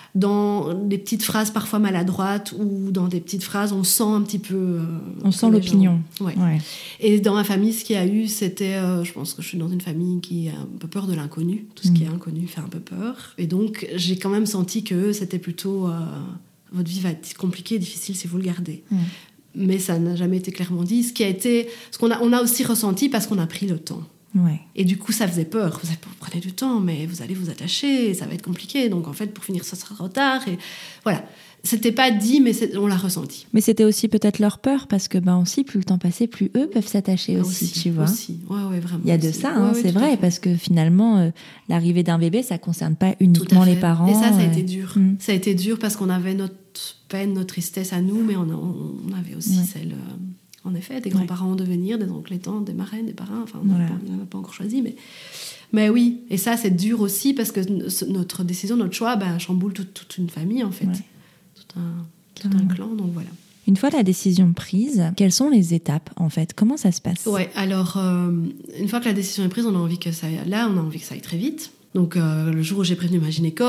dans des petites phrases parfois maladroites ou dans des petites phrases, on sent un petit peu... on sent l'opinion. Ouais. Et dans ma famille, ce qu'il y a eu, c'était... je pense que je suis dans une famille qui a un peu peur de l'inconnu. Tout ce qui est inconnu fait un peu peur. Et donc, j'ai quand même senti que c'était plutôt... votre vie va être compliquée, difficile si vous le gardez. Mais ça n'a jamais été clairement dit. Ce qu'on a aussi ressenti parce qu'on a pris le temps. Ouais. Et du coup, ça faisait peur. Vous prenez du temps, mais vous allez vous attacher, et ça va être compliqué. Donc, en fait, pour finir, ça sera trop tard. Et voilà. C'était pas dit, mais on l'a ressenti. Mais c'était aussi peut-être leur peur, parce que aussi, plus le temps passait, plus eux peuvent s'attacher aussi, tu vois. Aussi. Ouais, vraiment. Il y a de ça, c'est vrai, parce que finalement, l'arrivée d'un bébé, ça concerne pas uniquement les parents. Et ça a été dur. Ça a été dur parce qu'on avait notre peine, notre tristesse à nous, mais on avait aussi celle... En effet, des grands-parents en devenir, des oncles et tantes, des marraines, des parrains, enfin, on n'en a pas encore choisi, mais oui. Et ça, c'est dur aussi parce que notre décision, notre choix, chamboule toute une famille, en fait. Ouais. Tout un clan, donc voilà. Une fois la décision prise, quelles sont les étapes, en fait? Comment ça se passe? Ouais, alors, une fois que la décision est prise, on a envie que ça aille très vite. Donc, le jour où j'ai prévenu ma gynéco,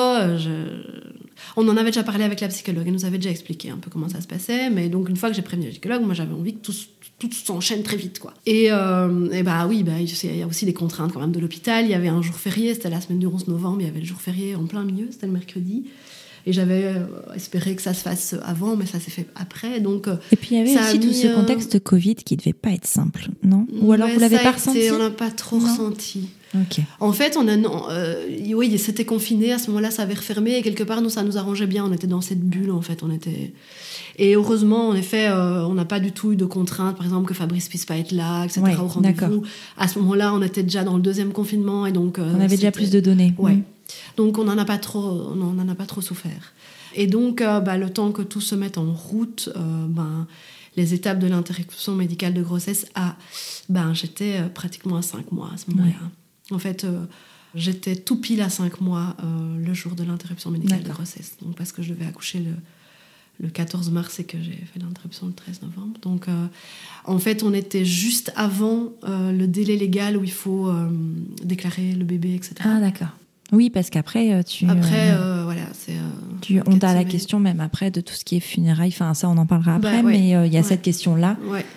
on en avait déjà parlé avec la psychologue, elle nous avait déjà expliqué un peu comment ça se passait, mais donc une fois que j'ai prévenu la gynécologue, moi j'avais envie que tout s'enchaîne très vite, quoi. Et oui, il y a aussi des contraintes quand même de l'hôpital. Il y avait un jour férié, c'était la semaine du 11 novembre, il y avait le jour férié en plein milieu, c'était le mercredi. Et j'avais espéré que ça se fasse avant, mais ça s'est fait après. Donc, et puis il y avait aussi tout ce contexte Covid qui devait pas être simple, non? Ou alors vous l'avez pas ressenti? On l'a pas trop ressenti. Okay. En fait, oui, c'était confiné, à ce moment-là, ça avait refermé, et quelque part, ça nous arrangeait bien, on était dans cette bulle, en fait, Et heureusement, en effet, on n'a pas du tout eu de contraintes, par exemple, que Fabrice puisse pas être là, etc., au rendez-vous. D'accord. À ce moment-là, on était déjà dans le 2e confinement, et donc... on avait déjà plus de données. Ouais. Donc, on n'en a pas trop souffert. Et donc, le temps que tout se mette en route, les étapes de l'interruption médicale de grossesse, j'étais pratiquement à 5 mois à ce moment-là. Ouais. En fait, j'étais tout pile à 5 mois le jour de l'interruption médicale de grossesse. Donc, parce que je devais accoucher le 14 mars et que j'ai fait l'interruption le 13 novembre. Donc, en fait, on était juste avant le délai légal où il faut déclarer le bébé, etc. Ah, d'accord. Oui, parce qu'après, voilà, c'est... on t'a la question même après de tout ce qui est funérailles. Enfin, ça, on en parlera après, mais il y a cette question-là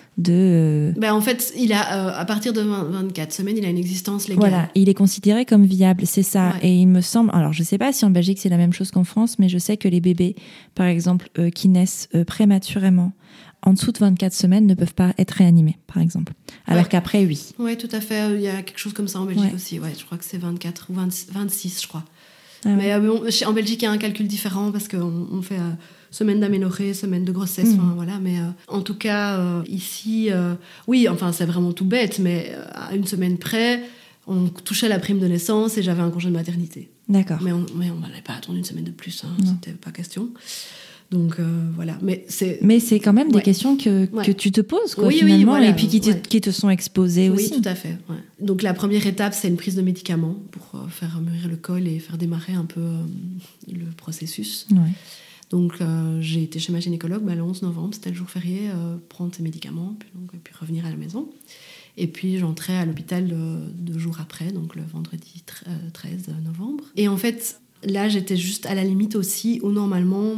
de... en fait, il a, à partir de 24 semaines, il a une existence légale. Voilà, et il est considéré comme viable, c'est ça. Ouais. Et il me semble... Alors, je ne sais pas si en Belgique, c'est la même chose qu'en France, mais je sais que les bébés, par exemple, qui naissent prématurément, en dessous de 24 semaines, ne peuvent pas être réanimés, par exemple. Alors qu'après, oui. Oui, tout à fait. Il y a quelque chose comme ça en Belgique aussi. Ouais, je crois que c'est 24 ou 26, je crois. Ah, mais en Belgique, il y a un calcul différent parce qu'on fait semaine d'aménorrhée, semaine de grossesse. Voilà. Mais en tout cas, ici, oui, c'est vraiment tout bête, mais à une semaine près, on touchait la prime de naissance et j'avais un congé de maternité. D'accord. Mais on n'allait pas attendre une semaine de plus. C'était pas question. Donc voilà, mais c'est quand même des questions que tu te poses finalement, et puis qui te sont exposées aussi. Oui, tout à fait. Ouais. Donc la première étape, c'est une prise de médicaments pour faire mûrir le col et faire démarrer un peu le processus. Ouais. Donc j'ai été chez ma gynécologue le 11 novembre, c'était le jour férié, prendre ces médicaments, et puis revenir à la maison. Et puis j'entrais à l'hôpital 2 jours après, donc le vendredi 13 novembre. Et en fait, là j'étais juste à la limite aussi où normalement,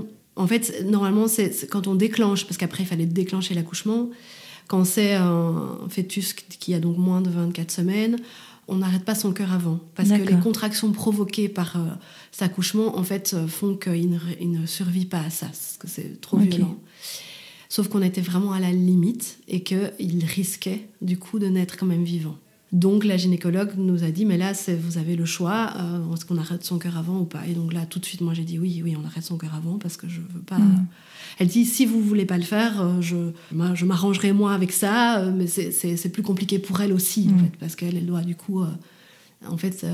c'est quand on déclenche, parce qu'après, il fallait déclencher l'accouchement. Quand c'est un fœtus qui a donc moins de 24 semaines, on n'arrête pas son cœur avant. Parce que les contractions provoquées par cet accouchement, en fait, font qu'il ne survit pas à ça, parce que c'est trop violent. Sauf qu'on était vraiment à la limite et qu'il risquait, du coup, de naître quand même vivant. Donc la gynécologue nous a dit, mais là, vous avez le choix, est-ce qu'on arrête son cœur avant ou pas? Et donc là, tout de suite, moi, j'ai dit oui, on arrête son cœur avant parce que je veux pas... Elle dit, si vous voulez pas le faire, je m'arrangerai moi avec ça, mais c'est plus compliqué pour elle aussi, en fait, parce qu'elle doit, du coup... en fait,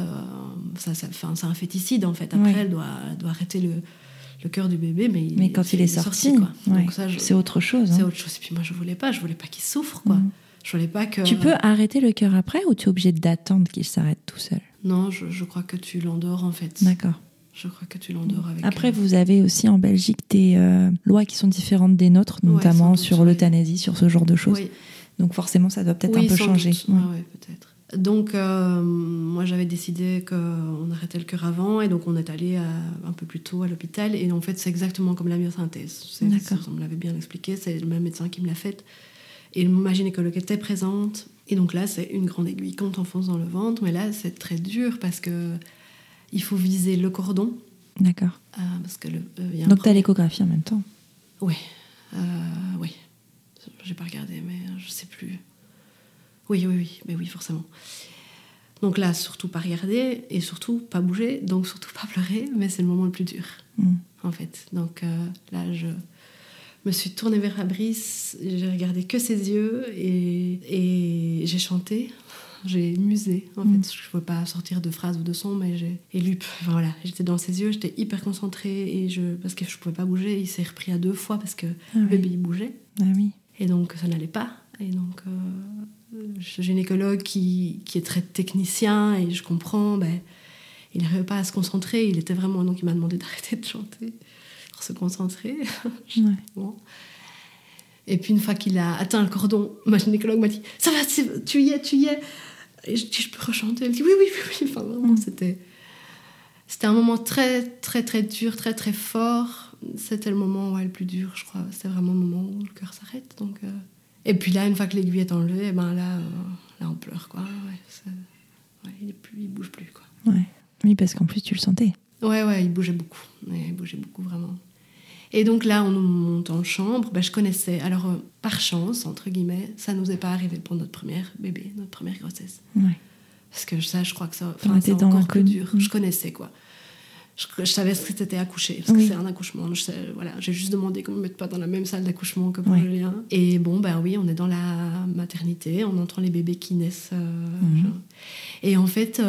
c'est un féticide, en fait. Après, elle doit arrêter le cœur du bébé, mais quand il est sorti, quoi. Donc ça, c'est autre chose. C'est autre chose. Et puis moi, je voulais pas qu'il souffre, quoi. Je voulais pas que... Tu peux arrêter le cœur après ou tu es obligé d'attendre qu'il s'arrête tout seul? Non, je crois que tu l'endors en fait. D'accord. Je crois que tu l'endors avec... Après, vous avez aussi en Belgique des lois qui sont différentes des nôtres, notamment sur l'euthanasie, sur ce genre de choses. Oui. Donc forcément, ça doit peut-être un peu changer. Oui, peut-être. Donc, moi, j'avais décidé qu'on arrêtait le cœur avant, et donc on est allé un peu plus tôt à l'hôpital. Et en fait, c'est exactement comme la myosynthèse. D'accord. On me l'avait bien expliqué, c'est le même médecin qui me l'a faite. Et ma gynécologue était présente. Et donc là, c'est une grande aiguille qu'on t'enfonce dans le ventre. Mais là, c'est très dur parce qu'il faut viser le cordon. D'accord. Parce que donc, tu as l'échographie en même temps. Oui. Oui. J'ai pas regardé, mais je sais plus. Oui, mais oui, forcément. Donc là, surtout pas regarder et surtout pas bouger, donc surtout pas pleurer, mais c'est le moment le plus dur, en fait. Donc là, je me suis tournée vers Fabrice, j'ai regardé que ses yeux et j'ai chanté, j'ai musé, en fait. Je ne pouvais pas sortir de phrases ou de sons, mais voilà, j'étais dans ses yeux, j'étais hyper concentrée parce que je ne pouvais pas bouger. Il s'est repris à 2 fois parce que le bébé il bougeait. Ah oui. Et donc ça n'allait pas. Et donc le gynécologue qui est très technicien, et je comprends, il n'arrivait pas à se concentrer. Il était vraiment, donc il m'a demandé d'arrêter de chanter pour se concentrer. Ouais. Bon. Et puis une fois qu'il a atteint le cordon, ma gynécologue m'a dit ça va, tu y es. Et je dis je peux rechanter. Elle dit oui. Enfin vraiment c'était un moment très très très dur, très très fort. C'était le moment le plus dur, je crois. C'était vraiment le moment où le cœur s'arrête. Donc et puis là, une fois que l'aiguille est enlevée, là on pleure, quoi. Il bouge plus, quoi. Ouais. Oui, parce qu'en plus tu le sentais. Ouais, il bougeait beaucoup. Il bougeait beaucoup, vraiment. Et donc là, on nous monte en chambre. Je connaissais. Alors, par chance, entre guillemets, ça nous est pas arrivé pour notre première bébé, notre première grossesse. Ouais. Parce que ça, je crois que ça, c'est encore dans plus dur. Je connaissais, quoi. Je savais ce que c'était accoucher, parce que c'est un accouchement. J'ai juste demandé qu'on ne me mette pas dans la même salle d'accouchement que pour Julien. Et oui, on est dans la maternité, on entend les bébés qui naissent. Et en fait,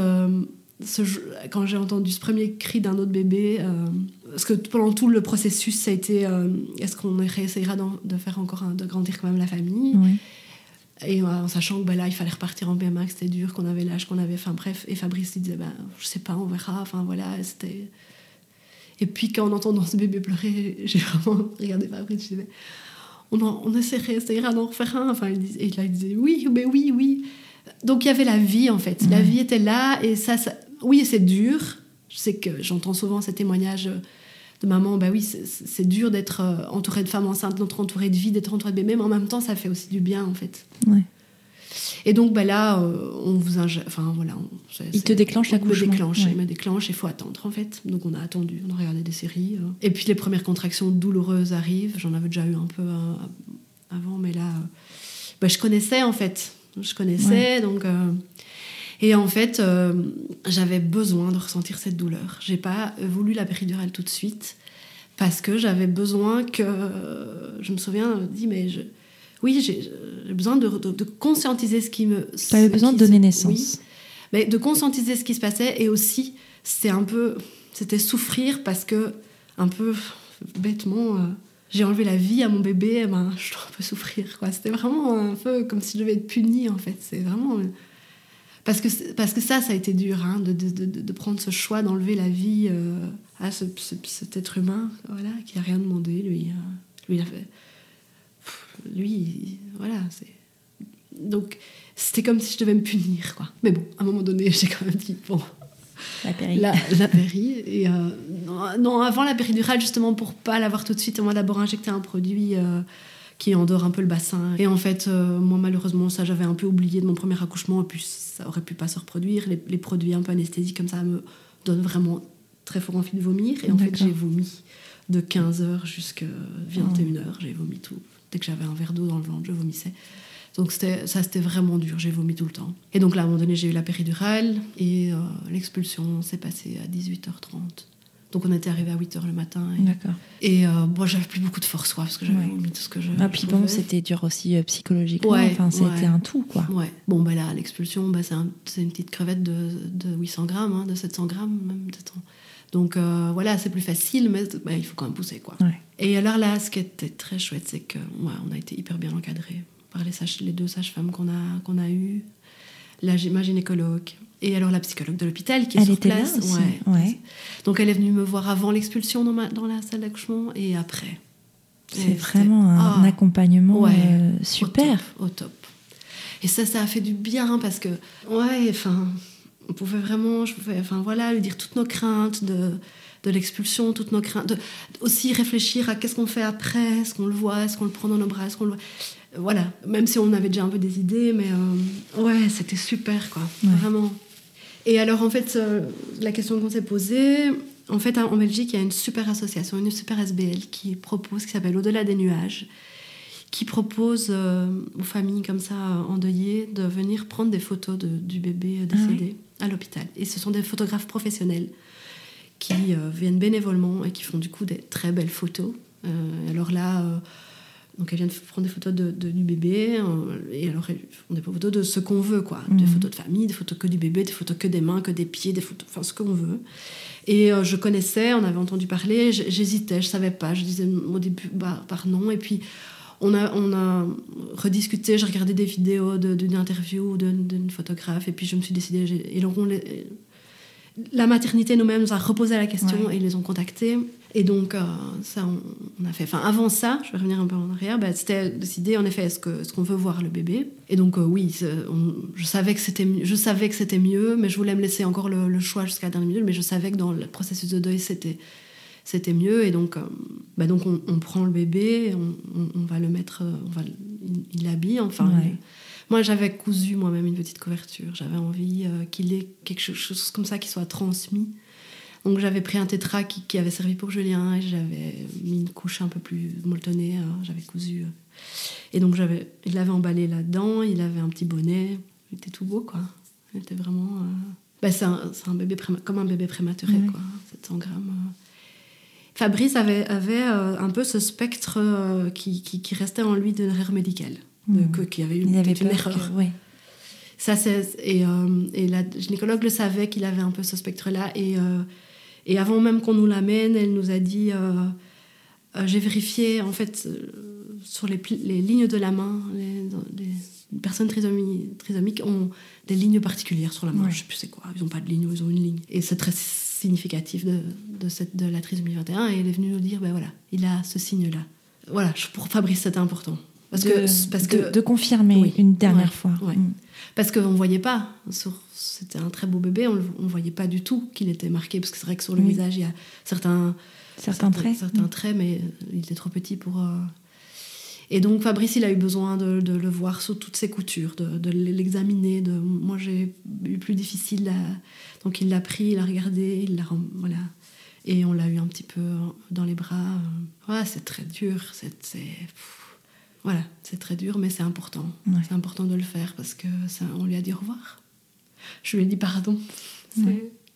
quand j'ai entendu ce premier cri d'un autre bébé, parce que pendant tout le processus, ça a été est-ce qu'on réessayera de faire encore de grandir quand même la famille. Et en sachant que là, il fallait repartir en PMA, que c'était dur, qu'on avait l'âge qu'on avait, enfin bref. Et Fabrice, il disait, je sais pas, on verra, enfin voilà, c'était... Et puis quand en entendant ce bébé pleurer, j'ai vraiment regardé Fabrice, je disais, on essaiera d'en refaire un, enfin, et là, il disait, oui. Donc il y avait la vie, en fait. La vie était là, et ça... Oui, c'est dur. Je sais que j'entends souvent ces témoignages de maman, c'est dur d'être entourée de femmes enceintes, d'être entourée de vie, d'être entourée de bébés, mais en même temps, ça fait aussi du bien, en fait. Ouais. Et donc, là, on vous injecte... Enfin, voilà. Il te déclenche l'accouchement. Il me déclenche, il faut attendre, en fait. Donc, on a attendu, on a regardé des séries. Et puis, les premières contractions douloureuses arrivent. J'en avais déjà eu un peu avant, mais là... je connaissais, en fait. Donc... Et en fait, j'avais besoin de ressentir cette douleur. J'ai pas voulu la péridurale tout de suite parce que j'avais besoin que... Je me souviens, j'ai besoin de conscientiser ce qui me... Tu avais besoin de donner naissance. Oui, mais de conscientiser ce qui se passait, et aussi, c'était souffrir parce que, un peu bêtement, j'ai enlevé la vie à mon bébé, je dois un peu souffrir, quoi. C'était vraiment un peu comme si je devais être punie, en fait. C'est vraiment... Parce que ça a été dur, de prendre ce choix d'enlever la vie à cet être humain, voilà, qui n'a rien demandé, lui. Lui, il a fait... voilà, c'est... Donc, c'était comme si je devais me punir, quoi. Mais bon, à un moment donné, j'ai quand même dit, bon... La péri. La péri. Et non, avant la péridurale, justement, pour pas l'avoir tout de suite, on m'a d'abord injecté un produit... qui endort un peu le bassin. Et en fait, moi, malheureusement, ça, j'avais un peu oublié de mon premier accouchement, et puis ça aurait pu pas se reproduire. Les produits un peu anesthésiques comme ça me donnent vraiment très fort envie de vomir. Et en fait, j'ai vomi de 15h jusqu'à 21h. J'ai vomi tout. Dès que j'avais un verre d'eau dans le ventre, je vomissais. Donc c'était vraiment dur, j'ai vomi tout le temps. Et donc là, à un moment donné, j'ai eu la péridurale, et l'expulsion s'est passée à 18h30. Donc on était arrivé à 8h le matin. D'accord. Et j'avais plus beaucoup de force, quoi, parce que j'avais vomi tout ce que je... Ah, puis bon, c'était dur aussi psychologiquement. C'était un tout, quoi. Ouais. Bon, là, l'expulsion, c'est une petite crevette de 800 grammes, de 700 grammes même. Donc voilà, c'est plus facile, mais il faut quand même pousser, quoi. Ouais. Et alors là, ce qui était très chouette, c'est qu'on a été hyper bien encadrés par les 2 sages-femmes qu'on a eues, ma gynécologue, et alors la psychologue de l'hôpital qui est sur place. Là aussi. Ouais. Donc elle est venue me voir avant l'expulsion dans la salle d'accouchement, et après. C'est vraiment un accompagnement super. Au top. Et ça a fait du bien parce que, on pouvait vraiment, lui dire toutes nos craintes de l'expulsion, toutes nos craintes, aussi réfléchir à qu'est-ce qu'on fait après, est-ce qu'on le voit, est-ce qu'on le prend dans nos bras, est-ce qu'on le voit. Voilà, même si on avait déjà un peu des idées, mais c'était super, quoi, vraiment. Et alors, en fait, la question qu'on s'est posée, en fait, en Belgique, il y a une super association, une super SBL qui s'appelle Au-delà des nuages, qui propose aux familles comme ça, endeuillées, de venir prendre des photos du bébé décédé à l'hôpital. Et ce sont des photographes professionnels qui viennent bénévolement et qui font du coup des très belles photos. Alors là, donc elles viennent prendre des photos du bébé, et alors elles font des photos de ce qu'on veut, quoi. Des photos de famille, des photos que du bébé, des photos que des mains, que des pieds, des photos, enfin ce qu'on veut. Et je connaissais, on avait entendu parler, j'hésitais, je savais pas, je disais au début par non, et puis on a rediscuté, j'ai regardé des vidéos d'une interview d'une photographe, et puis je me suis décidée, et donc la maternité nous-mêmes nous a reposé la question et ils les ont contactés. Et donc, ça, on a fait. Enfin, avant ça, je vais revenir un peu en arrière, c'était décidé, en effet, est-ce qu'on veut voir le bébé ? Et donc, oui, je savais que c'était mieux, mais je voulais me laisser encore le choix jusqu'à la dernière minute, mais je savais que dans le processus de deuil, c'était mieux. Et donc, on prend le bébé, on va le mettre, il l'habille, enfin... Ouais. Moi, j'avais cousu moi-même une petite couverture. J'avais envie qu'il ait quelque chose comme ça qui soit transmis. Donc, j'avais pris un tétra qui avait servi pour Julien et j'avais mis une couche un peu plus molletonnée. J'avais cousu. Et donc, il l'avait emballé là-dedans. Il avait un petit bonnet. Il était tout beau, quoi. Il était vraiment... c'est un bébé comme un bébé prématuré, quoi. 700 grammes. Fabrice avait un peu ce spectre qui restait en lui d'une erreur médicale. Qu'il y avait eu une erreur. Ça, et la gynécologue le savait qu'il avait un peu ce spectre-là. Et avant même qu'on nous l'amène, elle nous a dit j'ai vérifié, en fait, sur les lignes de la main, les personnes trisomiques ont des lignes particulières sur la main. Je ne sais plus c'est quoi. Ils n'ont pas de ligne, ils ont une ligne. Et c'est très significatif de la trisomie 21. Et elle est venue nous dire voilà, il a ce signe-là. Voilà, pour Fabrice, c'était important. Parce que de confirmer une dernière fois. Ouais. Parce qu'on ne voyait pas. C'était un très beau bébé, on ne voyait pas du tout qu'il était marqué. Parce que c'est vrai que sur le visage, il y a certains traits, mais il était trop petit pour... Et donc Fabrice, il a eu besoin de le voir sous toutes ses coutures, de l'examiner. Moi, j'ai eu plus difficile. Donc il l'a pris, il l'a regardé, voilà. Et on l'a eu un petit peu dans les bras. C'est très dur, Voilà, c'est très dur, mais c'est important. Ouais. C'est important de le faire parce que on lui a dit au revoir. Je lui ai dit pardon. Je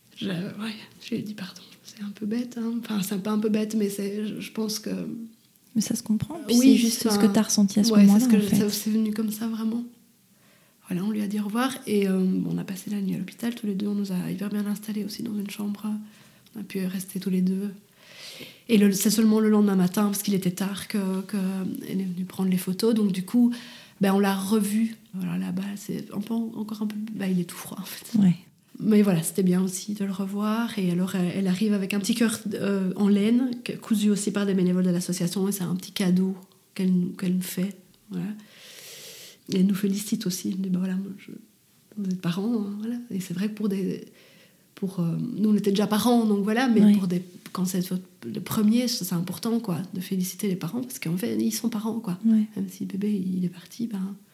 lui ai dit pardon. C'est un peu bête, hein. Enfin, c'est pas un peu bête, mais je pense que... Mais ça se comprend. Puis c'est juste ce que tu as ressenti à ce moment-là, en fait. C'est venu comme ça, vraiment. Voilà, on lui a dit au revoir. Et on a passé la nuit à l'hôpital, tous les deux. On nous a hyper bien installés aussi dans une chambre. On a pu rester tous les deux. Et c'est seulement le lendemain matin, parce qu'il était tard, qu'elle est venue prendre les photos. Donc du coup, on l'a revu. Voilà, là-bas, c'est encore un peu... il est tout froid, en fait. Ouais. Mais voilà, c'était bien aussi de le revoir. Et alors, elle arrive avec un petit cœur en laine, cousu aussi par des bénévoles de l'association. Et c'est un petit cadeau qu'elle nous fait. Voilà. Et elle nous félicite aussi. Elle dit, voilà, vous êtes parents. Hein, voilà. Et c'est vrai que nous, on était déjà parents, donc voilà, mais quand c'est le premier, c'est important, quoi, de féliciter les parents, parce qu'en fait, ils sont parents, quoi. Ouais. Même si le bébé, il est parti,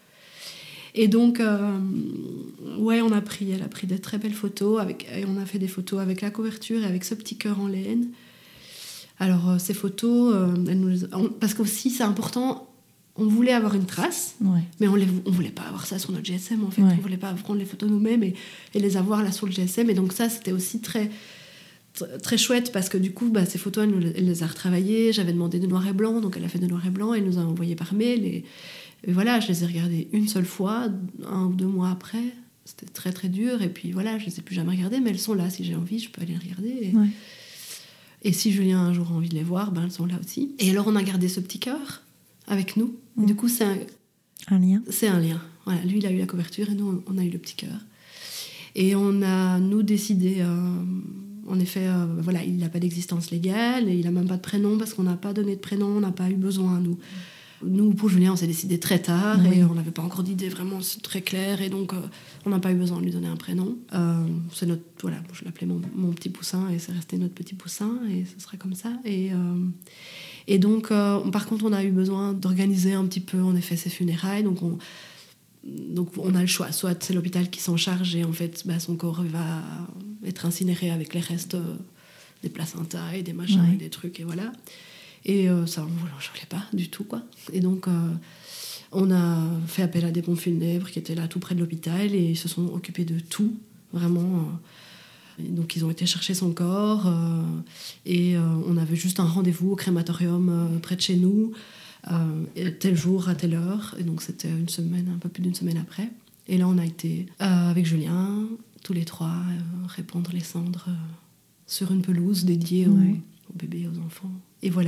Et donc, elle a pris de très belles photos, et on a fait des photos avec la couverture et avec ce petit cœur en laine. Alors, ces photos, parce qu'aussi, c'est important... On voulait avoir une trace, mais on voulait pas avoir ça sur notre GSM, en fait. On voulait pas prendre les photos nous-mêmes et les avoir là sur le GSM. Et donc ça, c'était aussi très, très chouette parce que du coup, ces photos, elle les a retravaillées. J'avais demandé de noir et blanc, donc elle a fait de noir et blanc. Elle nous a envoyé par mail. Et voilà, je les ai regardées une seule fois, 1 ou 2 mois après. C'était très, très dur. Et puis voilà, je les ai plus jamais regardées, mais elles sont là. Si j'ai envie, je peux aller les regarder. Et si Julien a un jour envie de les voir, elles sont là aussi. Et alors, on a gardé ce petit cœur avec nous. Du coup, c'est un lien. C'est un lien. Voilà, lui, il a eu la couverture et nous, on a eu le petit cœur. Et on a, nous, décidé... en effet, il n'a pas d'existence légale et il n'a même pas de prénom parce qu'on n'a pas donné de prénom, on n'a pas eu besoin, nous. Nous, pour Julien, on s'est décidé très tard et on n'avait pas encore d'idée vraiment très claire et donc on n'a pas eu besoin de lui donner un prénom. C'est notre, voilà, je l'appelais mon petit poussin et c'est resté notre petit poussin et ce sera comme ça. Et donc, par contre, on a eu besoin d'organiser un petit peu, en effet, ses funérailles. Donc on a le choix. Soit c'est l'hôpital qui s'en charge et en fait, son corps va être incinéré avec les restes des placentas et des machins et des trucs et voilà. Et ça, je ne voulais pas du tout, quoi. Et donc, on a fait appel à des pompes funèbres qui étaient là tout près de l'hôpital et ils se sont occupés de tout, vraiment. Et donc, ils ont été chercher son corps et on avait juste un rendez-vous au crématorium près de chez nous, tel jour, à telle heure. Et donc, c'était un peu plus d'une semaine après. Et là, on a été avec Julien, tous les trois, répandre les cendres sur une pelouse dédiée aux bébés et aux enfants. Et voilà.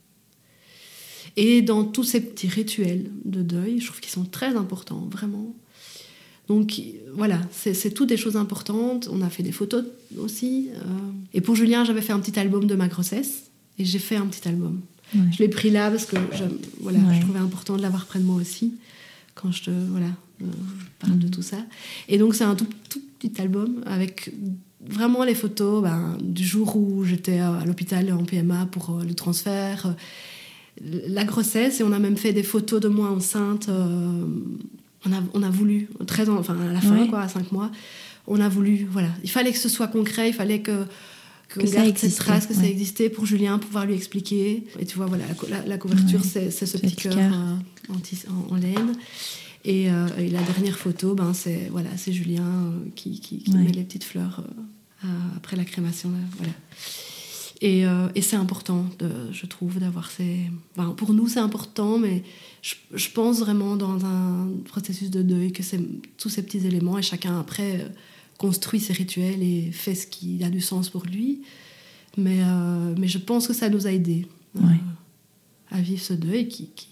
Et dans tous ces petits rituels de deuil, je trouve qu'ils sont très importants, vraiment. Donc voilà, c'est toutes des choses importantes. On a fait des photos aussi. Et pour Julien, j'avais fait un petit album de ma grossesse. Et j'ai fait un petit album. Ouais. Je l'ai pris là parce que je trouvais important de l'avoir près de moi aussi. Quand je parle de tout ça. Et donc c'est un tout petit album avec vraiment les photos du jour où j'étais à l'hôpital en PMA pour le transfert, la grossesse, et on a même fait des photos de moi enceinte. On a voulu, à la fin, à 5 mois, on a voulu, voilà. Il fallait que ce soit concret, il fallait qu'on garde cette trace, que ça existait pour Julien, pouvoir lui expliquer. Et tu vois, voilà, la couverture, c'est ce petit cœur en laine. Et la dernière photo, c'est Julien qui met les petites fleurs après la crémation. Voilà. Et c'est important, je trouve, d'avoir ces... pour nous, c'est important, mais je pense vraiment dans un processus de deuil que c'est tous ces petits éléments et chacun, après, construit ses rituels et fait ce qui a du sens pour lui. Mais je pense que ça nous a aidés à vivre ce deuil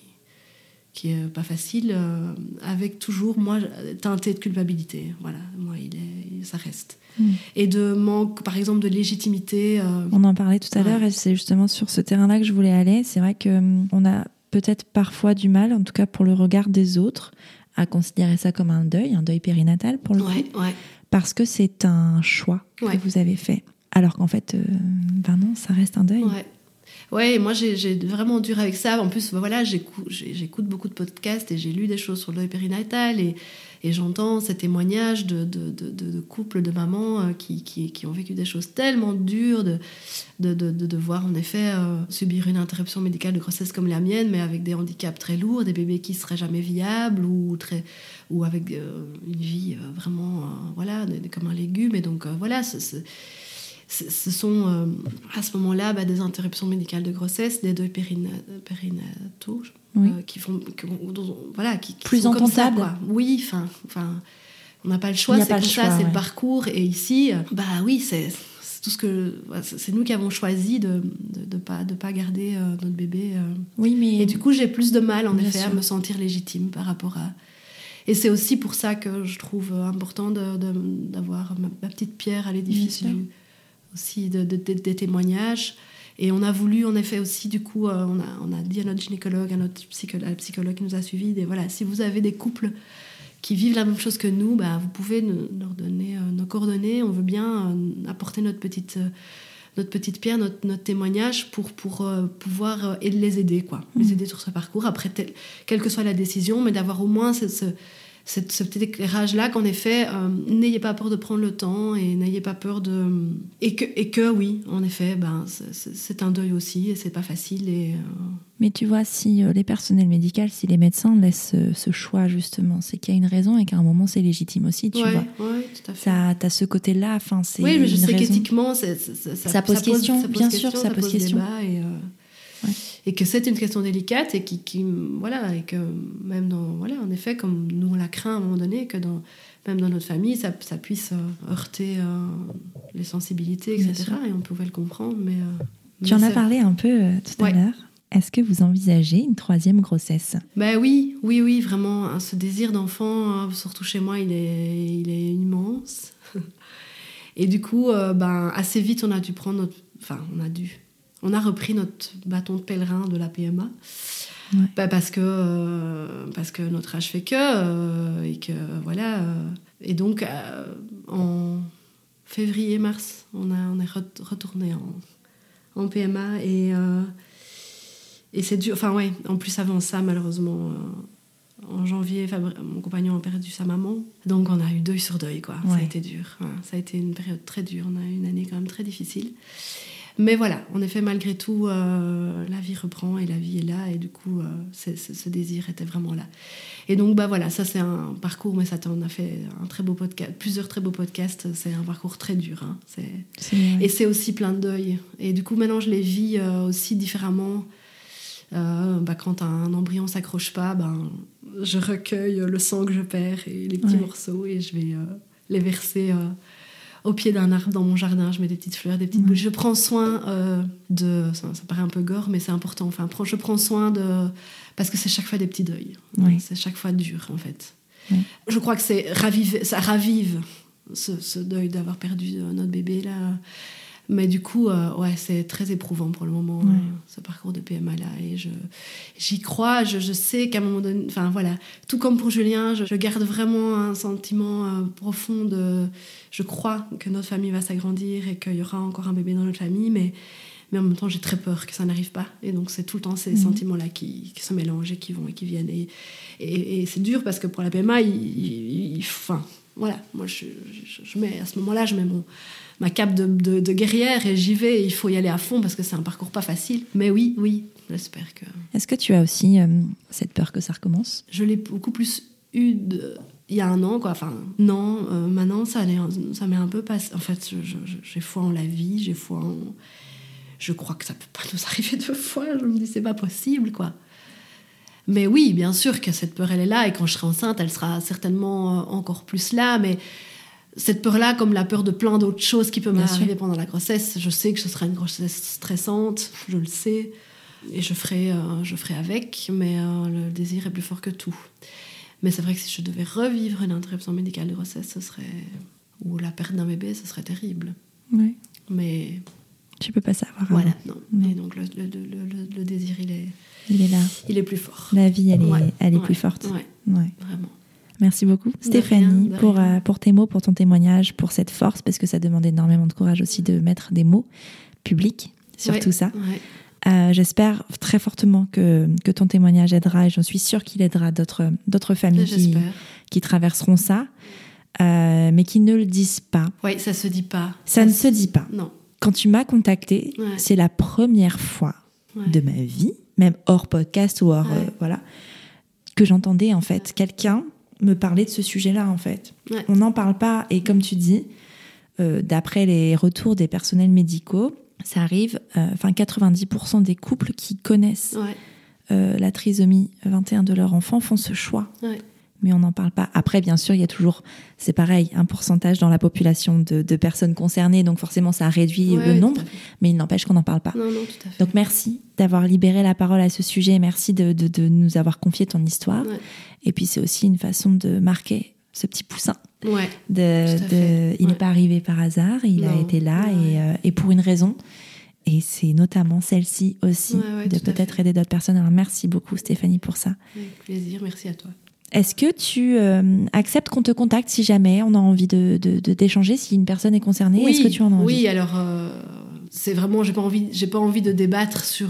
qui est pas facile, avec toujours, moi, teinté de culpabilité. Voilà, moi, ça reste. Et de manque, par exemple, de légitimité. On en parlait tout à l'heure, et c'est justement sur ce terrain-là que je voulais aller. C'est vrai qu'on a peut-être parfois du mal, en tout cas pour le regard des autres, à considérer ça comme un deuil périnatal, pour le coup. Parce que c'est un choix que vous avez fait. Alors qu'en fait, non, ça reste un deuil. Ouais, moi j'ai vraiment dur avec ça. En plus, j'écoute beaucoup de podcasts et j'ai lu des choses sur le deuil périnatal et j'entends ces témoignages de couples, de mamans qui ont vécu des choses tellement dures, de devoir en effet subir une interruption médicale de grossesse comme la mienne, mais avec des handicaps très lourds, des bébés qui seraient jamais viables ou avec une vie vraiment comme un légume. Et donc ce sont à ce moment-là des interruptions médicales de grossesse, des deuils périnataux qui plus sont entendable. Comme ça, quoi. Oui, on n'a pas le choix, c'est comme ça, c'est le parcours. Et ici, c'est tout ce que c'est nous qui avons choisi de pas garder notre bébé. Et du coup, j'ai plus de mal en effet à me sentir légitime par rapport à. Et c'est aussi pour ça que je trouve important d'avoir ma petite pierre à l'édifice aussi des témoignages. Et on a voulu, en effet, aussi, du coup, on a dit à notre gynécologue, à la psychologue qui nous a suivis, si vous avez des couples qui vivent la même chose que nous, vous pouvez leur donner nos coordonnées. On veut bien apporter notre petite pierre, notre témoignage pour pouvoir les aider, les aider sur ce parcours. Après, quelle que soit la décision, mais d'avoir au moins ce petit éclairage-là, qu'en effet, n'ayez pas peur de prendre le temps et n'ayez pas peur de... Et que oui, en effet, c'est un deuil aussi et c'est pas facile. Mais tu vois, si les personnels médicaux, si les médecins laissent ce choix, justement, c'est qu'il y a une raison et qu'à un moment, c'est légitime aussi, tu vois. Oui, tout à fait. T'as ce côté-là, c'est oui, mais je sais raison. qu'éthiquement, ça pose question, bien sûr, ça pose question. Et que c'est une question délicate et et que même en effet, comme nous on la craint à un moment donné, que même dans notre famille, ça puisse heurter les sensibilités, etc. Et on pouvait le comprendre, mais tu en as parlé un peu tout à l'heure. Est-ce que vous envisagez une 3e grossesse ? Oui, vraiment. Ce désir d'enfant, surtout chez moi, il est immense. Et du coup, assez vite, on a dû prendre on a repris notre bâton de pèlerin de la PMA. Parce que notre âge fait que, et que voilà. Et donc, en février-mars, on est retourné en PMA et c'est dur. Enfin, ouais, en plus, avant ça, malheureusement, en janvier, mon compagnon a perdu sa maman. Donc, on a eu deuil sur deuil, quoi. Ouais. Ça a été dur. Ouais, ça a été une période très dure. On a eu une année quand même très difficile. Mais voilà, en effet, malgré tout, la vie reprend et la vie est là. Et du coup, ce désir était vraiment là. Et donc, voilà, ça, c'est un parcours. Mais ça, on a fait un très beau podcast, plusieurs très beaux podcasts. C'est un parcours très dur. Hein. Et c'est aussi plein de deuil. Et du coup, maintenant, je les vis aussi différemment. Quand un embryon ne s'accroche pas, je recueille le sang que je perds et les petits morceaux et je vais les verser au pied d'un arbre dans mon jardin. Je mets des petites fleurs, des petites boules. Je prends soin ça paraît un peu gore, mais c'est important. Enfin, je prends soin parce que c'est chaque fois des petits deuils. Oui. C'est chaque fois dur, en fait. Oui. Je crois que ça ravive ce deuil d'avoir perdu notre bébé, là. Mais du coup, c'est très éprouvant pour le moment, ce parcours de PMA-là. Et j'y crois, je sais qu'à un moment donné... Enfin, voilà, tout comme pour Julien, je garde vraiment un sentiment profond de... Je crois que notre famille va s'agrandir et qu'il y aura encore un bébé dans notre famille, mais en même temps, j'ai très peur que ça n'arrive pas. Et donc, c'est tout le temps ces sentiments-là qui se mélangent et qui vont et qui viennent. Et c'est dur parce que pour la PMA, voilà, moi, je mets, à ce moment-là, je mets ma cape de guerrière et j'y vais. Et il faut y aller à fond parce que c'est un parcours pas facile. Mais oui, j'espère que... Est-ce que tu as aussi cette peur que ça recommence ? Je l'ai beaucoup plus eu il y a un an, quoi. Enfin, non, maintenant, ça m'est un peu passé. En fait, j'ai foi en la vie, j'ai foi en... Je crois que ça peut pas nous arriver 2 fois. Je me dis, c'est pas possible, quoi. Mais oui, bien sûr que cette peur, elle est là. Et quand je serai enceinte, elle sera certainement encore plus là. Mais cette peur-là, comme la peur de plein d'autres choses qui peuvent m'arriver pendant la grossesse, je sais que ce sera une grossesse stressante, je le sais. Et je ferai avec, mais le désir est plus fort que tout. Mais c'est vrai que si je devais revivre une interruption médicale de grossesse, ou la perte d'un bébé, ce serait terrible. Oui. Mais... Tu peux pas savoir. Voilà, non. Et donc le désir, il est là. Il est plus fort. La vie, elle est plus forte. Ouais. Vraiment. Merci beaucoup, Stéphanie, pour tes mots, pour ton témoignage, pour cette force, parce que ça demande énormément de courage aussi de mettre des mots publics sur tout ça. Ouais. J'espère très fortement que ton témoignage aidera, et j'en suis sûre qu'il aidera d'autres familles qui traverseront ça, mais qui ne le disent pas. Oui, ça se dit pas. Ça ne se dit pas. Non. Quand tu m'as contactée, c'est la première fois de ma vie, même hors podcast ou hors que j'entendais en fait quelqu'un me parler de ce sujet-là en fait. Ouais. On n'en parle pas et comme tu dis, d'après les retours des personnels médicaux, ça arrive, 90% des couples qui connaissent la trisomie 21 de leur enfant font ce choix. Ouais. Mais on n'en parle pas. Après, bien sûr, il y a toujours, c'est pareil, un pourcentage dans la population de personnes concernées, donc forcément, ça réduit le nombre, mais il n'empêche qu'on n'en parle pas. Non, tout à fait. Donc, merci d'avoir libéré la parole à ce sujet, merci de nous avoir confié ton histoire. Ouais. Et puis, c'est aussi une façon de marquer ce petit poussin. Ouais, il n'est pas arrivé par hasard, il a été là et pour une raison. Et c'est notamment celle-ci aussi, de peut-être aider d'autres personnes. Alors, merci beaucoup, Stéphanie, pour ça. Avec plaisir, merci à toi. Est-ce que tu acceptes qu'on te contacte si jamais on a envie d'échanger, si une personne est concernée? Est-ce que tu en as envie? Oui, alors c'est vraiment, j'ai pas envie de débattre sur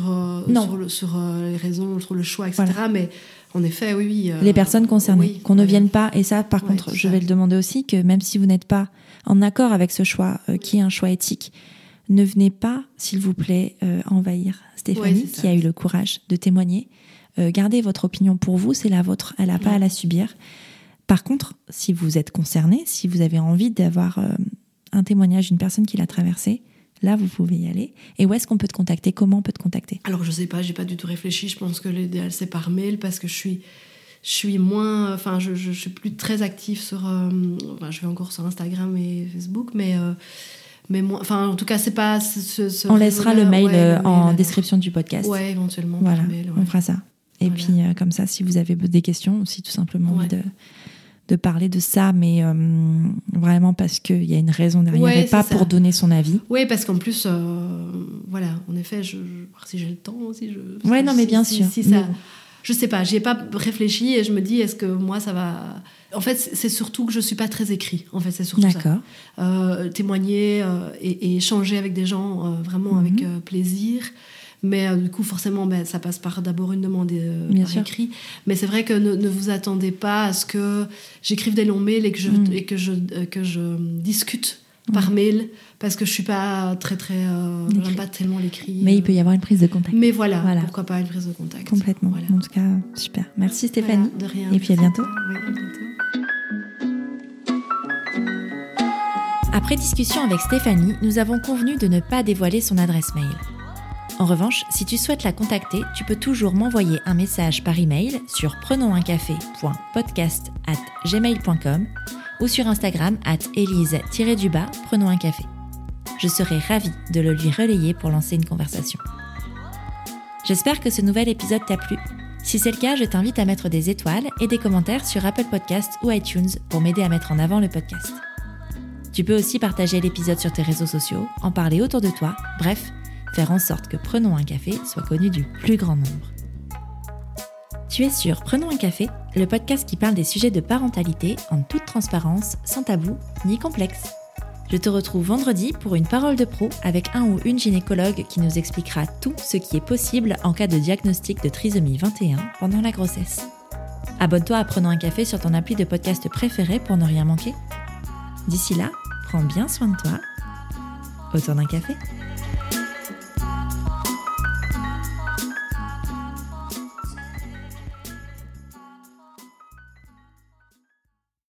les raisons, sur le choix, etc. Voilà. Mais en effet, oui. Les personnes concernées, qu'on ne vienne pas, et ça, par contre, je vais le demander aussi, que même si vous n'êtes pas en accord avec ce choix, qui est un choix éthique, ne venez pas, s'il vous plaît, envahir Stéphanie, qui a eu le courage de témoigner. Gardez votre opinion pour vous, c'est la vôtre, elle n'a pas à la subir. Par contre, si vous êtes concerné, si vous avez envie d'avoir un témoignage d'une personne qui l'a traversé, là vous pouvez y aller. Et où est-ce qu'on peut te contacter? Comment on peut te contacter? Alors je sais pas, j'ai pas du tout réfléchi, je pense que l'idéal c'est par mail parce que je suis moins, enfin je suis plus très active sur, je vais encore sur Instagram et Facebook, mais moi, enfin en tout cas c'est pas on laissera le mail en description du podcast. Ouais, éventuellement. Voilà, mail, on fera ça. Et puis, comme ça, si vous avez des questions, ou si tout simplement envie de parler de ça, mais vraiment parce qu'il y a une raison derrière et pas pour donner son avis. Oui, parce qu'en plus, en effet, si j'ai le temps, mais bien sûr. Si ça, je sais pas, j'y ai pas réfléchi et je me dis, est-ce que moi, ça va... En fait, c'est surtout que je suis pas très écrit. En fait, c'est surtout ça. Témoigner et échanger avec des gens vraiment avec plaisir. Mais du coup, forcément, ça passe par d'abord une demande par écrit. Mais c'est vrai que ne vous attendez pas à ce que j'écrive des longs mails et que je discute par mail, parce que je suis pas j'aime pas tellement l'écrit. Mais il peut y avoir une prise de contact. Mais voilà. Pourquoi pas une prise de contact. Complètement. Voilà. En tout cas, super. Merci Stéphanie. Voilà, de rien. Et puis à bientôt. Oui, à bientôt. Après discussion avec Stéphanie, nous avons convenu de ne pas dévoiler son adresse mail. En revanche, si tu souhaites la contacter, tu peux toujours m'envoyer un message par email sur prenonsuncafé.podcast@gmail.com ou sur Instagram @elise-prenons un café. Je serai ravie de le lui relayer pour lancer une conversation. J'espère que ce nouvel épisode t'a plu. Si c'est le cas, je t'invite à mettre des étoiles et des commentaires sur Apple Podcasts ou iTunes pour m'aider à mettre en avant le podcast. Tu peux aussi partager l'épisode sur tes réseaux sociaux, en parler autour de toi, bref, faire en sorte que Prenons un café soit connu du plus grand nombre. Tu es sur Prenons un café, le podcast qui parle des sujets de parentalité en toute transparence, sans tabou ni complexe. Je te retrouve vendredi pour une parole de pro avec un ou une gynécologue qui nous expliquera tout ce qui est possible en cas de diagnostic de trisomie 21 pendant la grossesse. Abonne-toi à Prenons un café sur ton appli de podcast préféré pour ne rien manquer. D'ici là, prends bien soin de toi. Autour d'un café.